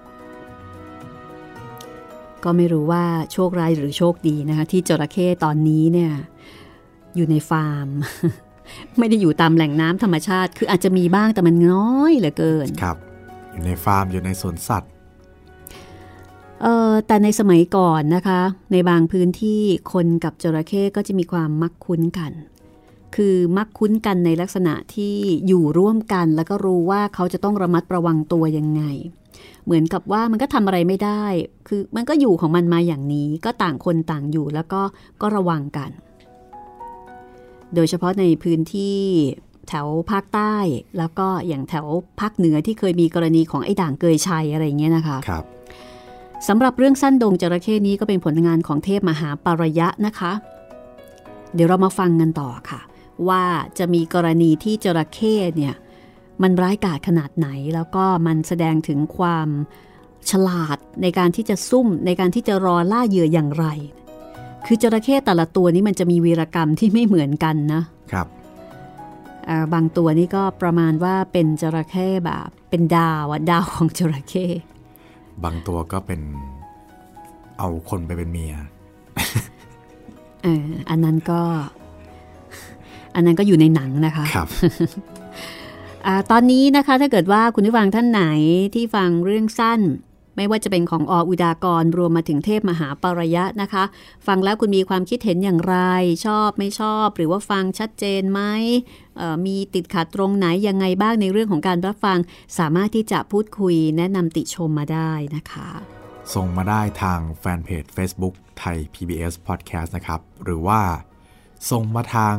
ก็ไม่รู้ว่าโชคร้ายหรือโชคดีนะคะที่จระเข้ตอนนี้เนี่ยอยู่ในฟาร์ม ไม่ได้อยู่ตามแหล่งน้ำธรรมชาติคืออาจจะมีบ้างแต่มันน้อยเหลือเกินครับอยู่ในฟาร์มอยู่ในสวนสัตว์เออแต่ในสมัยก่อนนะคะในบางพื้นที่คนกับจระเข้ก็จะมีความมักคุ้นกันคือมักคุ้นกันในลักษณะที่อยู่ร่วมกันแล้วก็รู้ว่าเขาจะต้องระมัดระวังตัวยังไงเหมือนกับว่ามันก็ทำอะไรไม่ได้คือมันก็อยู่ของมันมาอย่างนี้ก็ต่างคนต่างอยู่แล้วก็ก็ระวังกันโดยเฉพาะในพื้นที่แถวภาคใต้แล้วก็อย่างแถวภาคเหนือที่เคยมีกรณีของไอ้ด่างเกยชัยอะไรอย่างเงี้ยนะคะครับสำหรับเรื่องสั้นดงจระเข้นี้ก็เป็นผลงานของเทพมหาปารยะนะคะเดี๋ยวเรามาฟังกันต่อค่ะว่าจะมีกรณีที่จระเข้เนี่ยมันร้ายกาจขนาดไหนแล้วก็มันแสดงถึงความฉลาดในการที่จะซุ่มในการที่จะรอล่าเหยื่ออย่างไรคือจระเข้แต่ละตัวนี้มันจะมีวีรกรรมที่ไม่เหมือนกันนะครับบางตัวนี่ก็ประมาณว่าเป็นจระเข้แบบเป็นดาวดาวของจระเข้บางตัวก็เป็นเอาคนไปเป็นเมียเอออันนั้นก็อันนั้นก็อยู่ในหนังนะคะครับตอนนี้นะคะถ้าเกิดว่าคุณผู้ฟังท่านไหนที่ฟังเรื่องสั้นไม่ว่าจะเป็นของออุดากรรวมมาถึงเทพมหาปารยะนะคะฟังแล้วคุณมีความคิดเห็นอย่างไรชอบไม่ชอบหรือว่าฟังชัดเจนไหมมีติดขัดตรงไหนยังไงบ้างในเรื่องของการรับฟังสามารถที่จะพูดคุยแนะนำติชมมาได้นะคะส่งมาได้ทางแฟนเพจ Facebook ไทย พี บี เอส Podcast นะครับหรือว่าส่งมาทาง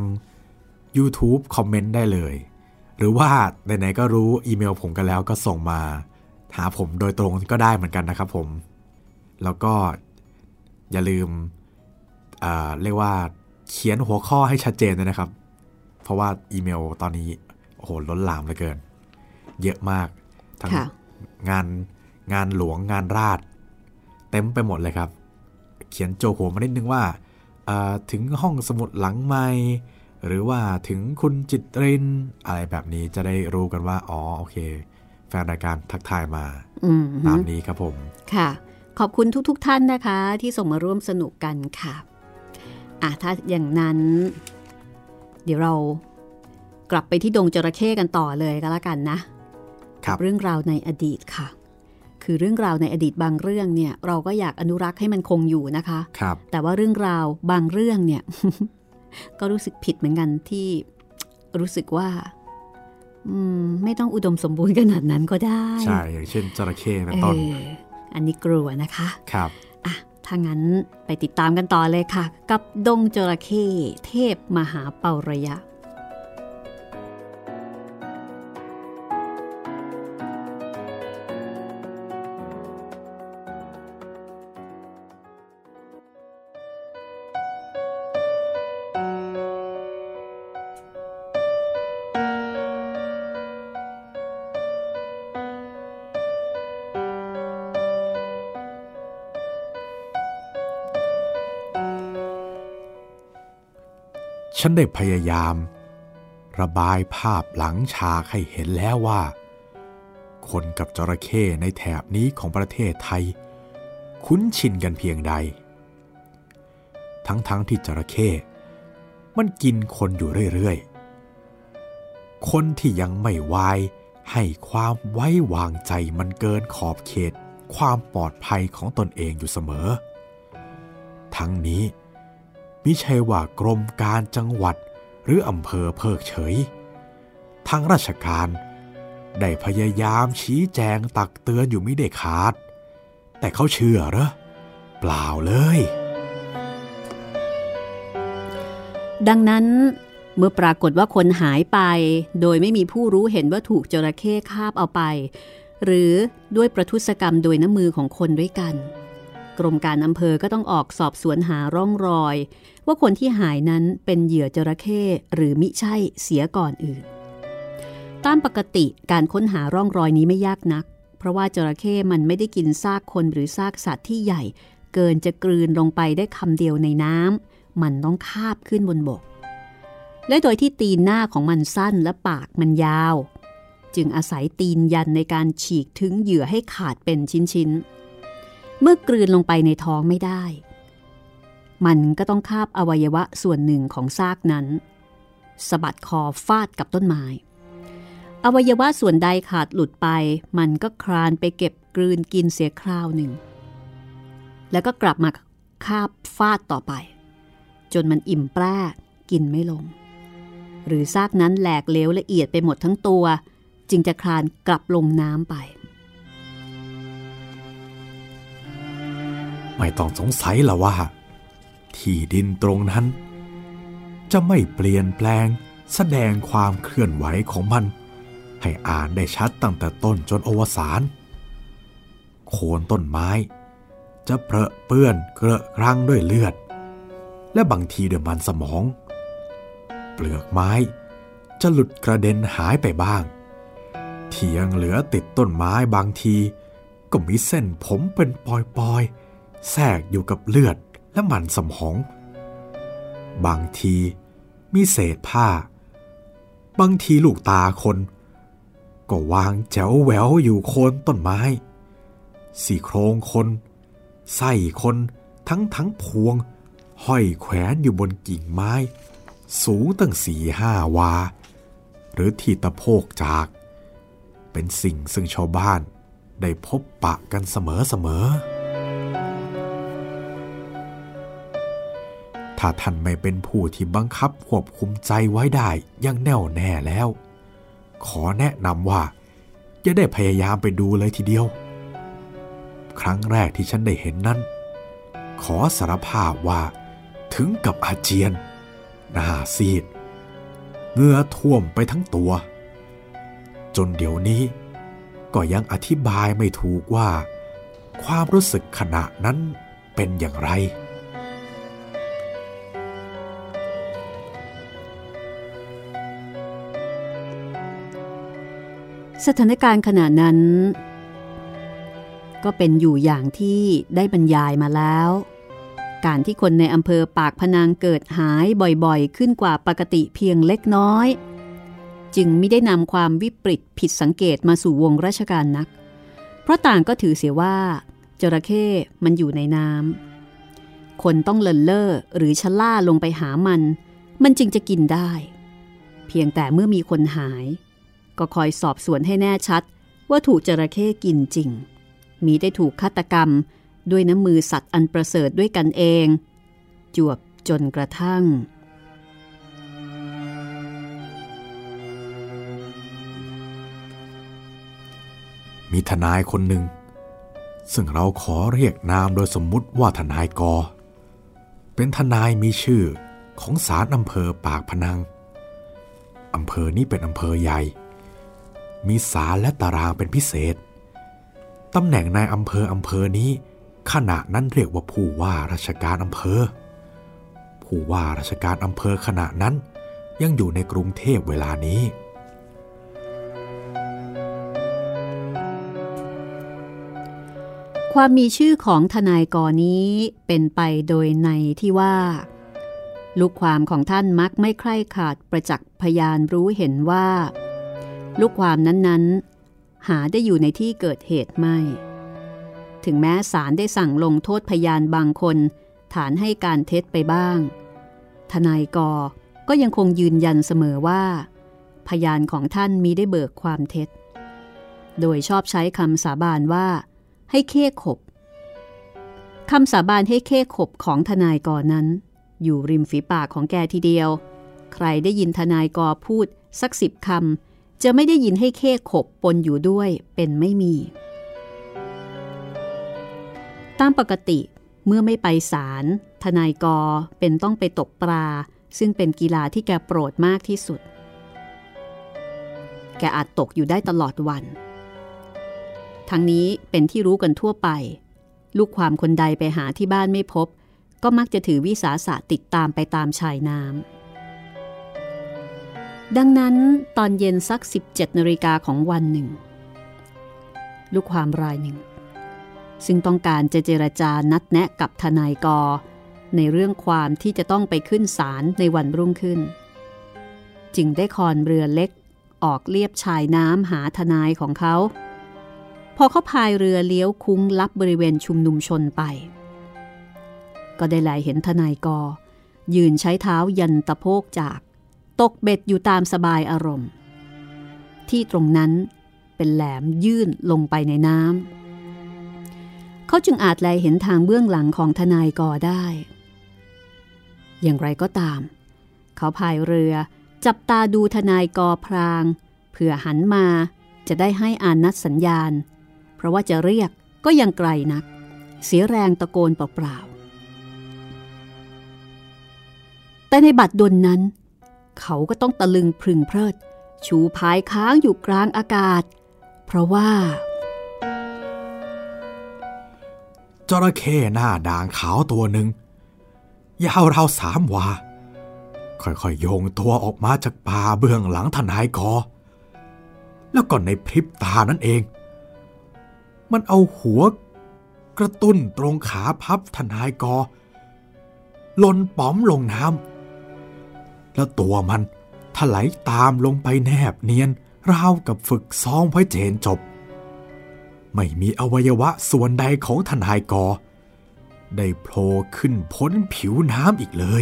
YouTube คอมเมนต์ได้เลยหรือว่าไหนๆก็รู้อีเมลผมกันแล้วก็ส่งมาหาผมโดยตรงก็ได้เหมือนกันนะครับผมแล้วก็อย่าลืมเอ่อเรียกว่าเขียนหัวข้อให้ชัดเจนด้วยนะครับเพราะว่าอีเมลตอนนี้โอ้โหล้นหลามเหลือเกินเยอะมากทั้งงานงานหลวงงานราษฎร์เต็มไปหมดเลยครับเขียนโจโฉมานิดนึงว่าถึงห้องสมุดหลังไมค์หรือว่าถึงคุณจิตรินอะไรแบบนี้จะได้รู้กันว่าอ๋อโอเคแฟนรายการทักทายมาตามนี้ครับผมค่ะขอบคุณทุกๆ ท, ท่านนะคะที่ส่งมาร่วมสนุกกันค่ะอ่ะถ้าอย่างนั้นเดี๋ยวเรากลับไปที่ดงจระเข้กันต่อเลยก็แล้วกันนะครับเรื่องราวในอดีตค่ะคือเรื่องราวในอดีตบางเรื่องเนี่ยเราก็อยากอนุรักษ์ให้มันคงอยู่นะคะครับแต่ว่าเรื่องราวบางเรื่องเนี่ย ก็รู้สึกผิดเหมือนกันที่รู้สึกว่าอืมไม่ต้องอุดมสมบูรณ์ขนาดนั้นก็ได้ใช่อย่างเช่นจระเข้เป็นต้นเอออันนี้กลัวนะคะครับอ่ะถ้างั้นไปติดตามกันต่อเลยค่ะกับดงจระเข้เทพมหาเป่าระยะฉันได้พยายามระบายภาพหลังฉากให้เห็นแล้วว่าคนกับจระเข้ในแถบนี้ของประเทศไทยคุ้นชินกันเพียงใดทั้งๆ ท, ที่จระเข้มันกินคนอยู่เรื่อยๆคนที่ยังไม่วายให้ความไว้วางใจมันเกินขอบเขตความปลอดภัยของตนเองอยู่เสมอทั้งนี้มิใช่ว่ากรมการจังหวัดหรืออำเภอเพิกเฉยทางราชการได้พยายามชี้แจงตักเตือนอยู่ไม่ได้ขาดแต่เขาเชื่อเหรอเปล่าเลยดังนั้นเมื่อปรากฏว่าคนหายไปโดยไม่มีผู้รู้เห็นว่าถูกจระเข้คาบเอาไปหรือด้วยประทุษกรรมโดยน้ำมือของคนด้วยกันกรมการอำเภอก็ต้องออกสอบสวนหาร่องรอยว่าคนที่หายนั้นเป็นเหยื่อจระเข้หรือมิใช่เสียก่อนอื่นตามปกติการค้นหาร่องรอยนี้ไม่ยากนักเพราะว่าจระเข้มันไม่ได้กินซากคนหรือซากสัตว์ที่ใหญ่เกินจะกลืนลงไปได้คำเดียวในน้ำมันต้องคาบขึ้นบนบกและโดยที่ตีนหน้าของมันสั้นและปากมันยาวจึงอาศัยตีนยันในการฉีกถึงเหยื่อให้ขาดเป็นชิ้นๆเมื่อกลืนลงไปในท้องไม่ได้มันก็ต้องคาบอวัยวะส่วนหนึ่งของซากนั้นสะบัดคอฟาดกับต้นไม้อวัยวะส่วนใดขาดหลุดไปมันก็คลานไปเก็บกลืนกินเสียคราวหนึ่งแล้วก็กลับมาคาบฟาดต่อไปจนมันอิ่มแปร่กินไม่ลงหรือซากนั้นแหลกเหลวละเอียดไปหมดทั้งตัวจึงจะคลานกลับลงน้ำไปไม่ต้องสงสัยละว่าที่ดินตรงนั้นจะไม่เปลี่ยนแปลงแสดงความเคลื่อนไหวของมันให้อ่านได้ชัดตั้งแต่ต้นจนอวสานโคนต้นไม้จะเปรอะเปื้อนเกลอะกรังด้วยเลือดและบางทีด้วยมันสมองเปลือกไม้จะหลุดกระเด็นหายไปบ้างที่ยังเหลือติดต้นไม้บางทีก็มีเส้นผมเป็นปอยๆแทรกอยู่กับเลือดและมันสมองบางทีมีเศษผ้าบางทีลูกตาคนก็วางแจ๋วแหววอยู่โคนต้นไม้สี่โครงคนไส้คนทั้งทั้งพวงห้อยแขวนอยู่บนกิ่งไม้สูงตั้งสี่ห้าวาหรือที่ตะโพกจากเป็นสิ่งซึ่งชาวบ้านได้พบปะกันเสมอๆถ้าท่านไม่เป็นผู้ที่บังคับควบคุมใจไว้ได้อย่างแน่วแน่แล้วขอแนะนำว่าอย่าได้พยายามไปดูเลยทีเดียวครั้งแรกที่ฉันได้เห็นนั้นขอสารภาพว่าถึงกับอาเจียนหน้าซีดเหงื่อท่วมไปทั้งตัวจนเดี๋ยวนี้ก็ยังอธิบายไม่ถูกว่าความรู้สึกขณะนั้นเป็นอย่างไรสถานการณ์ขณะนั้นก็เป็นอยู่อย่างที่ได้บรรยายมาแล้วการที่คนในอำเภอปากพนังเกิดหายบ่อยๆขึ้นกว่าปกติเพียงเล็กน้อยจึงไม่ได้นำความวิปริตผิดสังเกตมาสู่วงราชการนักเพราะต่างก็ถือเสียว่าจระเข้มันอยู่ในน้ำคนต้องเลินเล่อหรือชะล่าลงไปหามันมันจึงจะกินได้เพียงแต่เมื่อมีคนหายก็คอยสอบสวนให้แน่ชัดว่าถูกจระเข้กินจริงมีได้ถูกฆาตกรรมด้วยน้ำมือสัตว์อันประเสริฐด้วยกันเองจวบจนกระทั่งมีทนายคนหนึ่งซึ่งเราขอเรียกนามโดยสมมุติว่าทนายกอเป็นทนายมีชื่อของศาลอำเภอปากพนังอำเภอนี้เป็นอำเภอใหญ่มีศาลและตารางเป็นพิเศษตำแหน่งนายอำเภออำเภอนี้ขณะนั้นเรียกว่าผู้ว่าราชการอำเภอผู้ว่าราชการอำเภอขณะนั้นยังอยู่ในกรุงเทพเวลานี้ความมีชื่อของทนายกอนี้เป็นไปโดยในที่ว่าลูกความของท่านมักไม่ใคร่ขาดประจักษ์พยานรู้เห็นว่าลูกความนั้นๆหาได้อยู่ในที่เกิดเหตุไม่ถึงแม้ศาลได้สั่งลงโทษพยานบางคนฐานให้การเท็จไปบ้างทนายกอก็ยังคงยืนยันเสมอว่าพยานของท่านมิได้เบิกความเท็จโดยชอบใช้คำสาบานว่าให้เข้ขบคำสาบานให้เข้ขบของทนายกอนั้นอยู่ริมฝีปากของแกทีเดียวใครได้ยินทนายกอพูดสักสิบคำจะไม่ได้ยินให้เข้ขบปนอยู่ด้วยเป็นไม่มีตามปกติเมื่อไม่ไปศาลทนายกอเป็นต้องไปตกปลาซึ่งเป็นกีฬาที่แกโปรดมากที่สุดแกอาจตกอยู่ได้ตลอดวันทั้งนี้เป็นที่รู้กันทั่วไปลูกความคนใดไปหาที่บ้านไม่พบก็มักจะถือวิสาสะติดตามไปตามชายน้ำดังนั้นตอนเย็นสักสิบเจ็ดนาฬิกาของวันหนึ่งลูกความรายหนึ่งซึ่งต้องการจะเจรจานัดแนะกับทนายกอในเรื่องความที่จะต้องไปขึ้นศาลในวันรุ่งขึ้นจึงได้คอนเรือเล็กออกเลียบชายน้ำหาทนายของเขาพอเขาพายเรือเลี้ยวคุ้งลับบริเวณชุมนุมชนไปก็ได้แลเห็นทนายกอยืนใช้เท้ายันตะโพกจากตกเบ็ดอยู่ตามสบายอารมณ์ที่ตรงนั้นเป็นแหลมยื่นลงไปในน้ำเขาจึงอาจแลเห็นทางเบื้องหลังของทนายกอได้อย่างไรก็ตามเขาพายเรือจับตาดูทนายกอพรางเผื่อหันมาจะได้ให้อานัดสัญญาณเพราะว่าจะเรียกก็ยังไกลนักเสียแรงตะโกนเปล่าๆแต่ในบัดดลนั้นเขาก็ต้องตะลึงพรึงเพลิดชูพายค้างอยู่กลางอากาศเพราะว่าจระเข้หน้าด่างขาวตัวหนึ่งยาวราวสามวาค่อยๆโยงตัวออกมาจากป่าเบื้องหลังทนายกอแล้วก็ในพริบตานั่นเองมันเอาหัวกระตุ้นตรงขาพับทนายกอหล่นป๋อมลงน้ำแล้วตัวมันถลายตามลงไปแนบเนียนราวกับฝึกซ้อมไว้เจนจบไม่มีอวัยวะส่วนใดของทนายกอได้โผล่ขึ้นพ้นผิวน้ำอีกเลย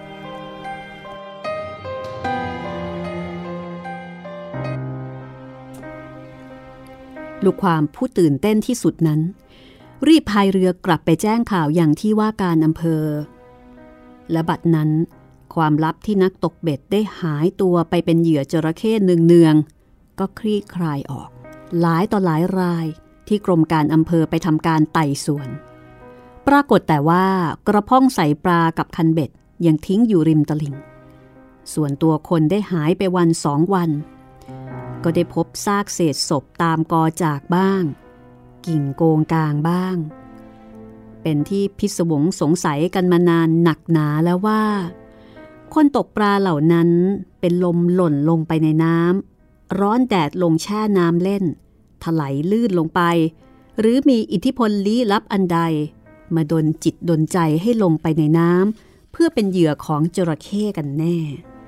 ลูกความผู้ตื่นเต้นที่สุดนั้นรีบพายเรือกลับไปแจ้งข่าวอย่างที่ว่าการอำเภอและบัดนั้นความลับที่นักตกเบ็ดได้หายตัวไปเป็นเหยื่อจระเข้เนืองๆก็คลี่คลายออกหลายต่อหลายรายที่กรมการอำเภอไปทำการไต่สวนปรากฏแต่ว่ากระพ้องใส่ปลากับคันเบ็ดยังทิ้งอยู่ริมตลิ่งส่วนตัวคนได้หายไปวันสองวันก็ได้พบซากเศษศพตามกอจากบ้างกิ่งโกงกลางบ้างเป็นที่พิศวงสงสัยกันมานานหนักหนาแล้วว่าคนตกปลาเหล่านั้นเป็นลมหล่นลงไปในน้ำร้อนแดดลงแช่น้ำเล่นถลายลื่นลงไปหรือมีอิทธิพลลี้ลับอันใดมาดลจิตดลใจให้ลงไปในน้ำเพื่อเป็นเหยื่อของจระเข้กันแน่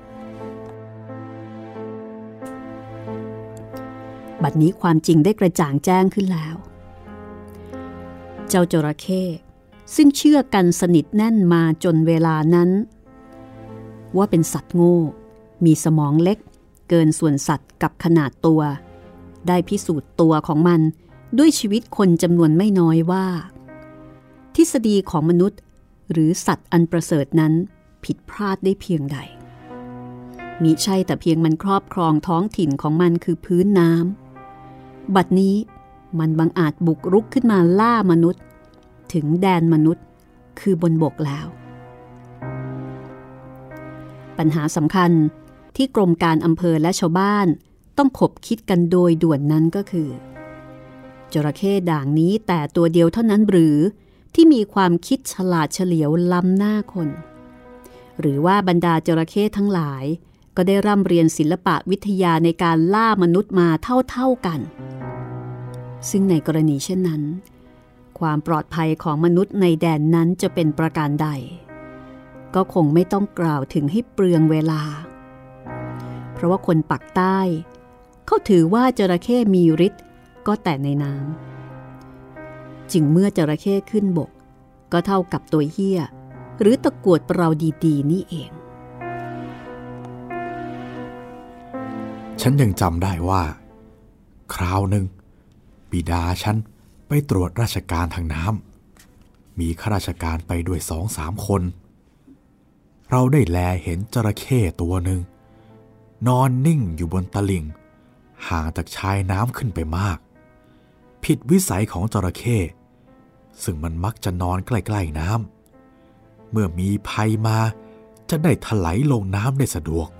บัดนี้ความจริงได้กระจ่างแจ้งขึ้นแล้วเจ้าจระเข้ซึ่งเชื่อกันสนิทแน่นมาจนเวลานั้นว่าเป็นสัตว์โง่มีสมองเล็กเกินส่วนสัตว์กับขนาดตัวได้พิสูจน์ตัวของมันด้วยชีวิตคนจำนวนไม่น้อยว่าทฤษฎีของมนุษย์หรือสัตว์อันประเสริฐนั้นผิดพลาดได้เพียงใดมิใช่แต่เพียงมันครอบครองท้องถิ่นของมันคือพื้นน้ำบัดนี้มันบังอาจบุกรุกขึ้นมาล่ามนุษย์ถึงแดนมนุษย์คือบนบกแล้วปัญหาสำคัญที่กรมการอำเภอและชาวบ้านต้องขบคิดกันโดยด่วนนั้นก็คือจระเข้ด่างนี้แต่ตัวเดียวเท่านั้นหรือที่มีความคิดฉลาดเฉลียวล้ำหน้าคนหรือว่าบรรดาจระเข้ทั้งหลายก็ได้ร่ำเรียนศิลปะวิทยาในการล่ามนุษย์มาเท่าๆกันซึ่งในกรณีเช่นนั้นความปลอดภัยของมนุษย์ในแดนนั้นจะเป็นประการใดก็คงไม่ต้องกล่าวถึงให้เปลืองเวลาเพราะว่าคนปักใต้เขาถือว่าจระเข้มีฤทธิ์ก็แต่ในน้ำจึงเมื่อจระเข้ขึ้นบกก็เท่ากับตัวเหี้ยหรือตะกรวดเปราดีๆนี่เองฉันยังจำได้ว่าคราวหนึ่งบิดาฉันไปตรวจราชการทางน้ำมีข้าราชการไปด้วยสองสามคนเราได้แลเห็นจระเข้ตัวหนึ่งนอนนิ่งอยู่บนตลิ่งห่างจากชายน้ำขึ้นไปมากผิดวิสัยของจระเข้ซึ่งมันมักจะนอนใกล้ๆน้ำเมื่อมีภัยมาจะได้ถลายลงน้ำได้สะดวก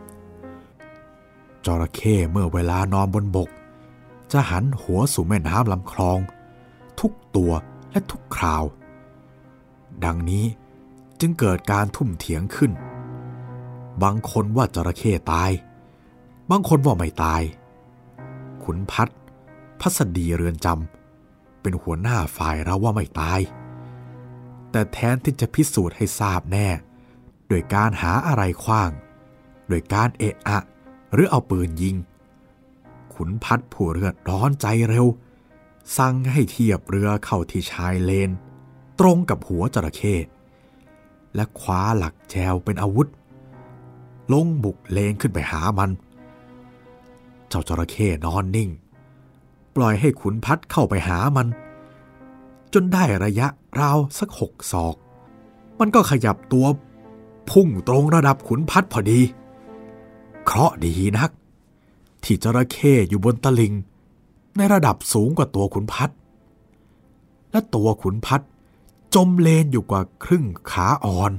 จระเข้เมื่อเวลานอนบนบกจะหันหัวสู่แม่น้ำลำคลองทุกตัวและทุกคราวดังนี้จึงเกิดการทุ่มเถียงขึ้นบางคนว่าจระเข้ตายบางคนว่าไม่ตายขุนพัดพัสดีเรือนจำเป็นหัวหน้าฝ่ายเราว่าไม่ตายแต่แทนที่จะพิสูจน์ให้ทราบแน่โดยการหาอะไรขว้างโดยการเอะอะหรือเอาปืนยิงขุนพัดผู้เลือดร้อนใจเร็วสั่งให้เทียบเรือเข้าที่ชายเลนตรงกับหัวจระเข้และคว้าหลักแจวเป็นอาวุธลงบุกเลนขึ้นไปหามันเจ้าจระเข้นอนนิ่งปล่อยให้ขุนพัดเข้าไปหามันจนได้ระยะราวสักหกศอกมันก็ขยับตัวพุ่งตรงระดับขุนพัดพอดีเคราะห์ดีนักที่จระเข้อยู่บนตลิ่งในระดับสูงกว่าตัวขุนพัดและตัวขุนพัดจมเลนอยู่กว่าครึ่งขาอ่อน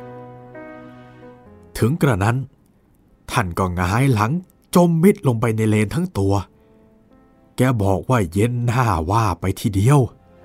ถึงกระนั้นท่านก็หงายหลังจมมิดลงไปในเลนทั้งตัวแกบอกว่าเย็นหน้าว่าไปทีเดียว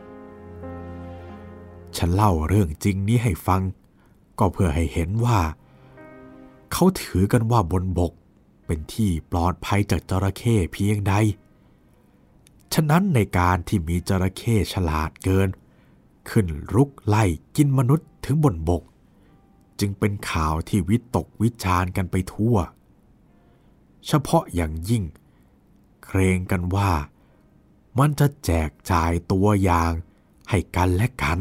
ฉันเล่าเรื่องจริงนี้ให้ฟังก็เพื่อให้เห็นว่าเขาถือกันว่าบนบกเป็นที่ปลอดภัยจากจระเข้เพียงใดฉะนั้นในการที่มีจระเข้ฉลาดเกินขึ้นรุกไล่กินมนุษย์ถึงบนบกจึงเป็นข่าวที่วิตกวิจารณ์กันไปทั่วเฉพาะอย่างยิ่งเกรงกันว่ามันจะแจกจ่ายตัวอย่างให้กันและกัน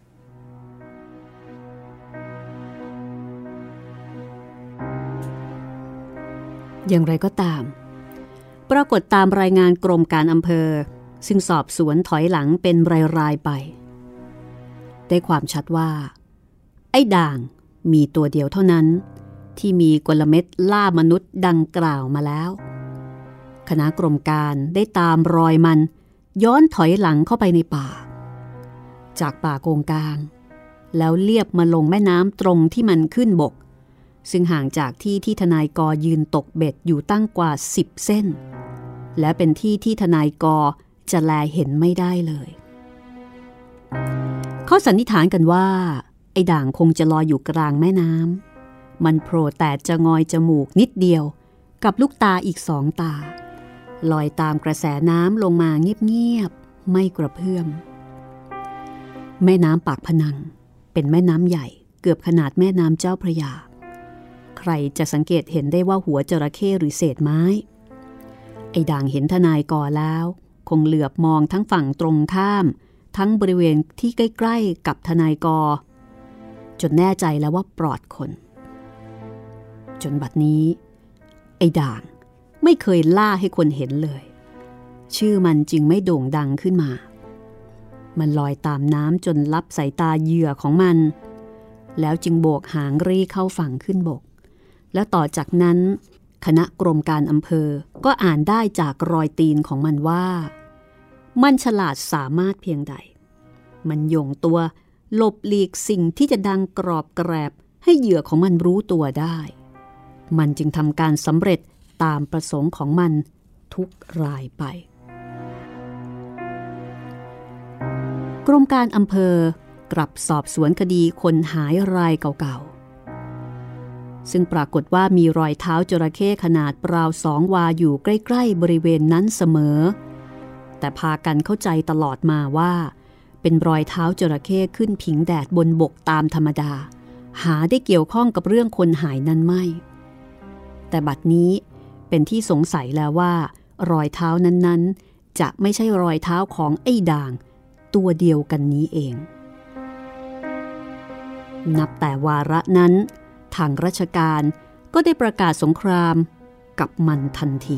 อย่างไรก็ตามปรากฏตามรายงานกรมการอำเภอซึ่งสอบสวนถอยหลังเป็นรายๆไปได้ความชัดว่าไอ้ด่างมีตัวเดียวเท่านั้นที่มีกลเม็ดล่ามนุษย์ดังกล่าวมาแล้วคณะกรมการได้ตามรอยมันย้อนถอยหลังเข้าไปในป่าจากป่าโกงกางแล้วเลียบมาลงแม่น้ำตรงที่มันขึ้นบกซึ่งห่างจากที่ที่ทนายกอยืนตกเบ็ดอยู่ตั้งกว่าสิบเส้นและเป็นที่ที่ทนายกอจะแลเห็นไม่ได้เลยเขาสันนิษฐานกันว่าไอ้ด่างคงจะลอยอยู่กลางแม่น้ำมันโผล่แต่จะงอยจมูกนิดเดียวกับลูกตาอีกสองตาลอยตามกระแสน้ำลงมาเงียบๆไม่กระเพื่อมแม่น้ำปากพนังเป็นแม่น้ำใหญ่เกือบขนาดแม่น้ำเจ้าพระยาใครจะสังเกตเห็นได้ว่าหัวจระเข้หรือเศษไม้ไอ้ด่างเห็นทนายกอแล้วคงเหลือบมองทั้งฝั่งตรงข้ามทั้งบริเวณที่ใกล้ๆกับทนายกอจนแน่ใจแล้วว่าปลอดคนจนบัดนี้ไอ้ด่างไม่เคยล่าให้คนเห็นเลยชื่อมันจึงไม่โด่งดังขึ้นมามันลอยตามน้ำจนลับสายตาเหยื่อของมันแล้วจึงโบกหางรีเข้าฝั่งขึ้นบกแล้วต่อจากนั้นคณะกรมการอำเภอก็อ่านได้จากรอยตีนของมันว่ามันฉลาดสามารถเพียงใดมันโยงตัวหลบหลีกสิ่งที่จะดังกรอบแกรบให้เหยื่อของมันรู้ตัวได้มันจึงทำการสำเร็จตามประสงค์ของมันทุกรายไปกรมการอำเภอกลับสอบสวนคดีคนหายรายเก่าๆซึ่งปรากฏว่ามีรอยเท้าจระเข้ขนาดราวสองวาอยู่ใกล้ๆบริเวณนั้นเสมอแต่พากันเข้าใจตลอดมาว่าเป็นรอยเท้าจระเข้ขึ้นผิงแดดบนบกตามธรรมดาหาได้เกี่ยวข้องกับเรื่องคนหายนั้นไม่แต่บัดนี้เป็นที่สงสัยแล้วว่ารอยเท้านั้นๆจะไม่ใช่รอยเท้าของไอ้ด่างตัวเดียวกันนี้เองนับแต่วาระนั้นทางราชการก็ได้ประกาศสงครามกับมันทันที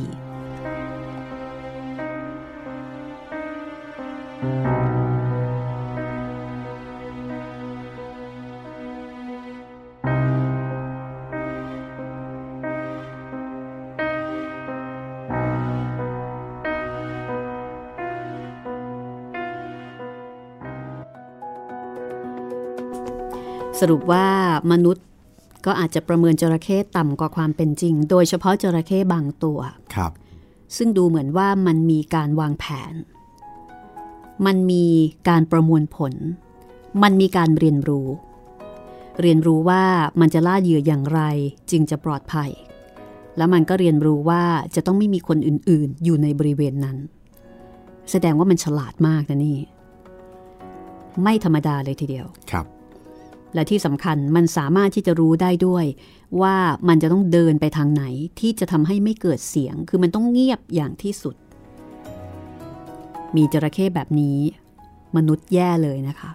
สรุปว่ามนุษย์ก็อาจจะประเมินจระเข้ต่ำกว่าความเป็นจริงโดยเฉพาะจระเข้บางตัวครับซึ่งดูเหมือนว่ามันมีการวางแผนมันมีการประมวลผลมันมีการเรียนรู้เรียนรู้ว่ามันจะล่าเหยื่ออย่างไรจึงจะปลอดภัยแล้วมันก็เรียนรู้ว่าจะต้องไม่มีคนอื่นๆอยู่ในบริเวณนั้นแสดงว่ามันฉลาดมากนะนี่ไม่ธรรมดาเลยทีเดียวครับและที่สำคัญมันสามารถที่จะรู้ได้ด้วยว่ามันจะต้องเดินไปทางไหนที่จะทำให้ไม่เกิดเสียงคือมันต้องเงียบอย่างที่สุดมีจระเข้แบบนี้มนุษย์แย่เลยนะคะ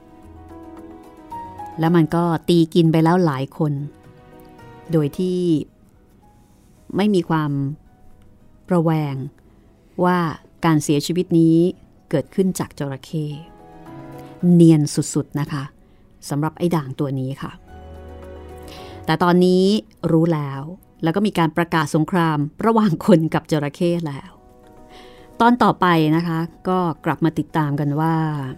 แล้วมันก็ตีกินไปแล้วหลายคนโดยที่ไม่มีความระแวงว่าการเสียชีวิตนี้เกิดขึ้นจากจระเข้เนียนสุดๆนะคะสำหรับไอ้ด่างตัวนี้ค่ะแต่ตอนนี้รู้แล้วแล้วก็มีการประกาศสงครามระหว่างคนกับจระเข้แล้วตอนต่อไปนะคะก็กลับมาติดตามกันว่า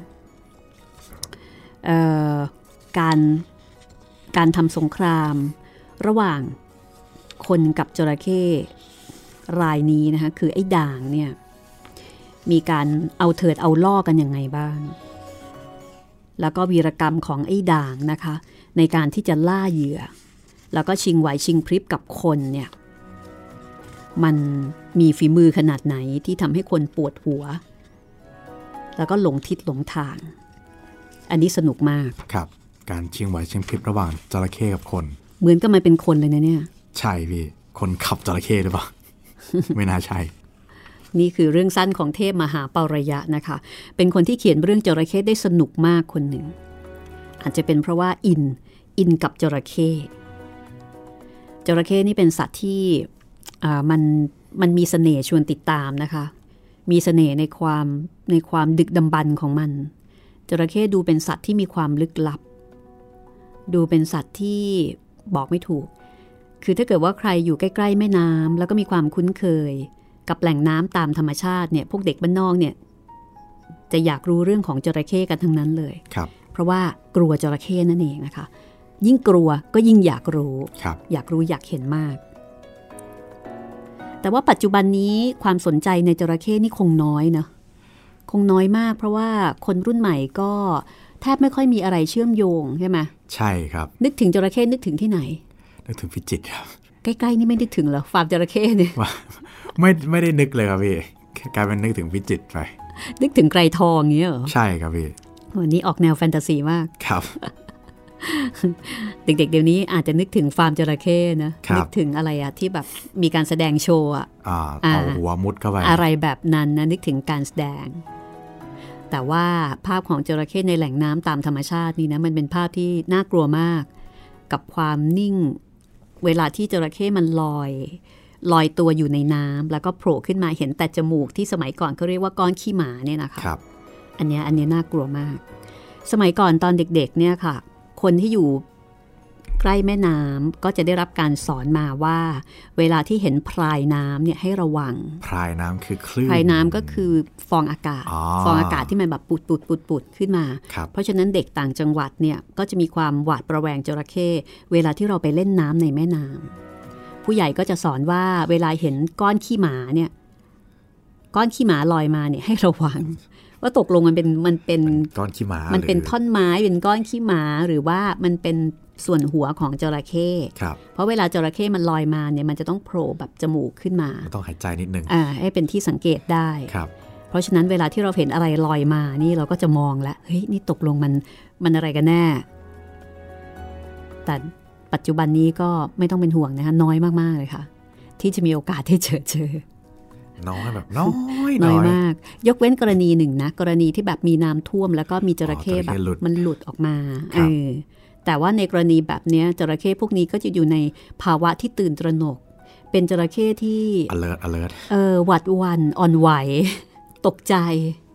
การการทำสงครามระหว่างคนกับจระเข้รายนี้นะคะคือไอ้ด่างเนี่ยมีการเอาเถิดเอาล่อกันยังไงบ้างแล้วก็วีรกรรมของไอ้ด่างนะคะในการที่จะล่าเหยื่อแล้วก็ชิงไหวชิงพริบกับคนเนี่ยมันมีฝีมือขนาดไหนที่ทำให้คนปวดหัวแล้วก็หลงทิศหลงทางอันนี้สนุกมากครับการชิงไหวชิงพริบระหว่างจระเข้กับคนเหมือนกับมันเป็นคนเลยนะเนี่ยใช่พี่คนขับจระเข้หรือเปล่า ไม่น่าใช่นี่คือเรื่องสั้นของเทพมหาปารยะนะคะเป็นคนที่เขียนเรื่องจระเข้ได้สนุกมากคนหนึ่งอาจจะเป็นเพราะว่าอินอินกับจระเข้จระเข้นี่เป็นสัตว์ที่อ่ามันมันมีเสน่ห์ชวนติดตามนะคะมีเสน่ห์ในความในความดึกดำบรรพ์ของมันจระเข้ดูเป็นสัตว์ที่มีความลึกลับดูเป็นสัตว์ที่บอกไม่ถูกคือถ้าเกิดว่าใครอยู่ใกล้ๆแม่น้ำแล้วก็มีความคุ้นเคยกับแหล่งน้ำตามธรรมชาติเนี่ยพวกเด็กบ้านนอกเนี่ยจะอยากรู้เรื่องของจระเข้กันทั้งนั้นเลยครับเพราะว่ากลัวจระเข้นั่นเองนะคะยิ่งกลัวก็ยิ่งอยากรู้อยากรู้อยากเห็นมากแต่ว่าปัจจุบันนี้ความสนใจในจระเข้นี่คงน้อยนะคงน้อยมากเพราะว่าคนรุ่นใหม่ก็แทบไม่ค่อยมีอะไรเชื่อมโยงใช่ไหมใช่ครับนึกถึงจระเข้นึกถึงที่ไหนนึกถึงพิจิตรครับใกล้ๆนี่ไม่นึกถึงเหรอฟาร์มจระเข้เนี่ยไม่ไม่ได้นึกเลยครับพี่กลายเป็นนึกถึงพิจิตรไปนึกถึงไกรทองอย่างเงี้ยเหรอใช่ครับพี่วันนี้ออกแนวแฟนตาซีมากครับเด็กๆเดี๋ยวนี้อาจจะนึกถึงฟาร์มจระเข้นะนึกถึงอะไรอะที่แบบมีการแสดงโชว์อะเอาหัวมุดเข้าไปอะไรแบบนั้นนะนึกถึงการแสดงแต่ว่าภาพของจระเข้ในแหล่งน้ำตามธรรมชาตินี่นะมันเป็นภาพที่น่ากลัวมากกับความนิ่งเวลาที่จระเข้มันลอยลอยตัวอยู่ในน้ำแล้วก็โผล่ขึ้นมาเห็นแต่จมูกที่สมัยก่อนเขาเรียกว่าก้อนขี้หมาเนี่ยนะคะครับอันนี้อันนี้น่ากลัวมากสมัยก่อนตอนเด็กๆเนี่ยค่ะคนที่อยู่ใใกล้แม่น้ำก็จะได้รับการสอนมาว่าเวลาที่เห็นพรายน้ำเนี่ยให้ระวังพรายน้ำคือคลื่นพรายน้ำก็คือฟองอากาศฟองอากาศที่มันแบบปุดปุดปุดปุดขึ้นมาเพราะฉะนั้นเด็กต่างจังหวัดเนี่ยก็จะมีความหวาดระแวงจระเข้เวลาที่เราไปเล่นน้ำในแม่น้ำผู้ใหญ่ก็จะสอนว่าเวลาเห็นก้อนขี้หมาเนี่ยก้อนขี้หมาลอยมาเนี่ยให้ระวังว่าตกลงมันเป็นมันเป็นก้อนขี้หมามันเป็นท่อนไม้เป็นก้อนขี้หมาหรือว่ามันเป็นส่วนหัวของจระเข้เพราะเวลาจระเข้มันลอยมาเนี่ยมันจะต้องโผล่แบบจมูกขึ้นมาต้องหายใจนิดนึงอ่าให้เป็นที่สังเกตได้เพราะฉะนั้นเวลาที่เราเห็นอะไรลอยมานี่เราก็จะมองแล้วเฮ้ยนี่ตกลงมันมันอะไรกันแน่แต่ปัจจุบันนี้ก็ไม่ต้องเป็นห่วงนะคะน้อยมากๆเลยค่ะที่จะมีโอกาสได้เจอเจอน้อยแบบน้อยน้อยมากยกเว้นกรณีหนึ่งนะกรณีที่แบบมีน้ำท่วมแล้วก็มีจระเข้แบบมันหลุดออกมาเออแต่ว่าในกรณีแบบนี้จระเข้พวกนี้ก็จะอยู่ในภาวะที่ตื่นตระหนกเป็นจระเข้ที่ alert alert เออหวาดหวั่นอ่อนไหวตกใจ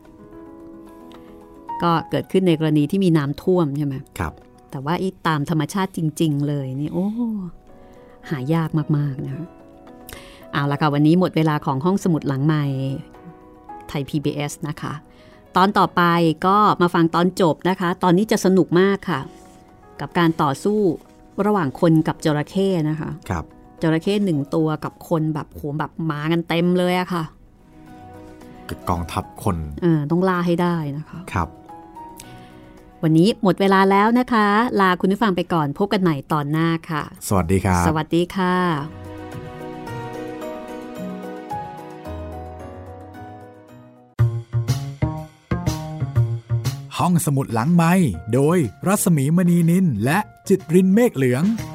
ก็เกิดขึ้นในกรณีที่มีน้ำท่วมใช่ไหมครับแต่ว่าตามธรรมชาติจริงๆเลยนี่โอ้หายากมากๆนะเอาละค่ะวันนี้หมดเวลาของห้องสมุดหลังใหม่ไทย พี บี เอส นะคะตอนต่อไปก็มาฟังตอนจบนะคะตอนนี้จะสนุกมากค่ะกับการต่อสู้ระหว่างคนกับจระเข้นะคะครับจระเข้หนึ่งตัวกับคนแบบโหแบบมากันเต็มเลยอะค่ะกองทัพคนเออต้องล่าให้ได้นะคะครับวันนี้หมดเวลาแล้วนะคะลาคุณผู้ฟังไปก่อนพบกันใหม่ตอนหน้าค่ะสวัสดีครับสวัสดีค่ะห้องสมุดหลังไมค์โดยรัศมีมณีนินและจิตรินเมฆเหลือง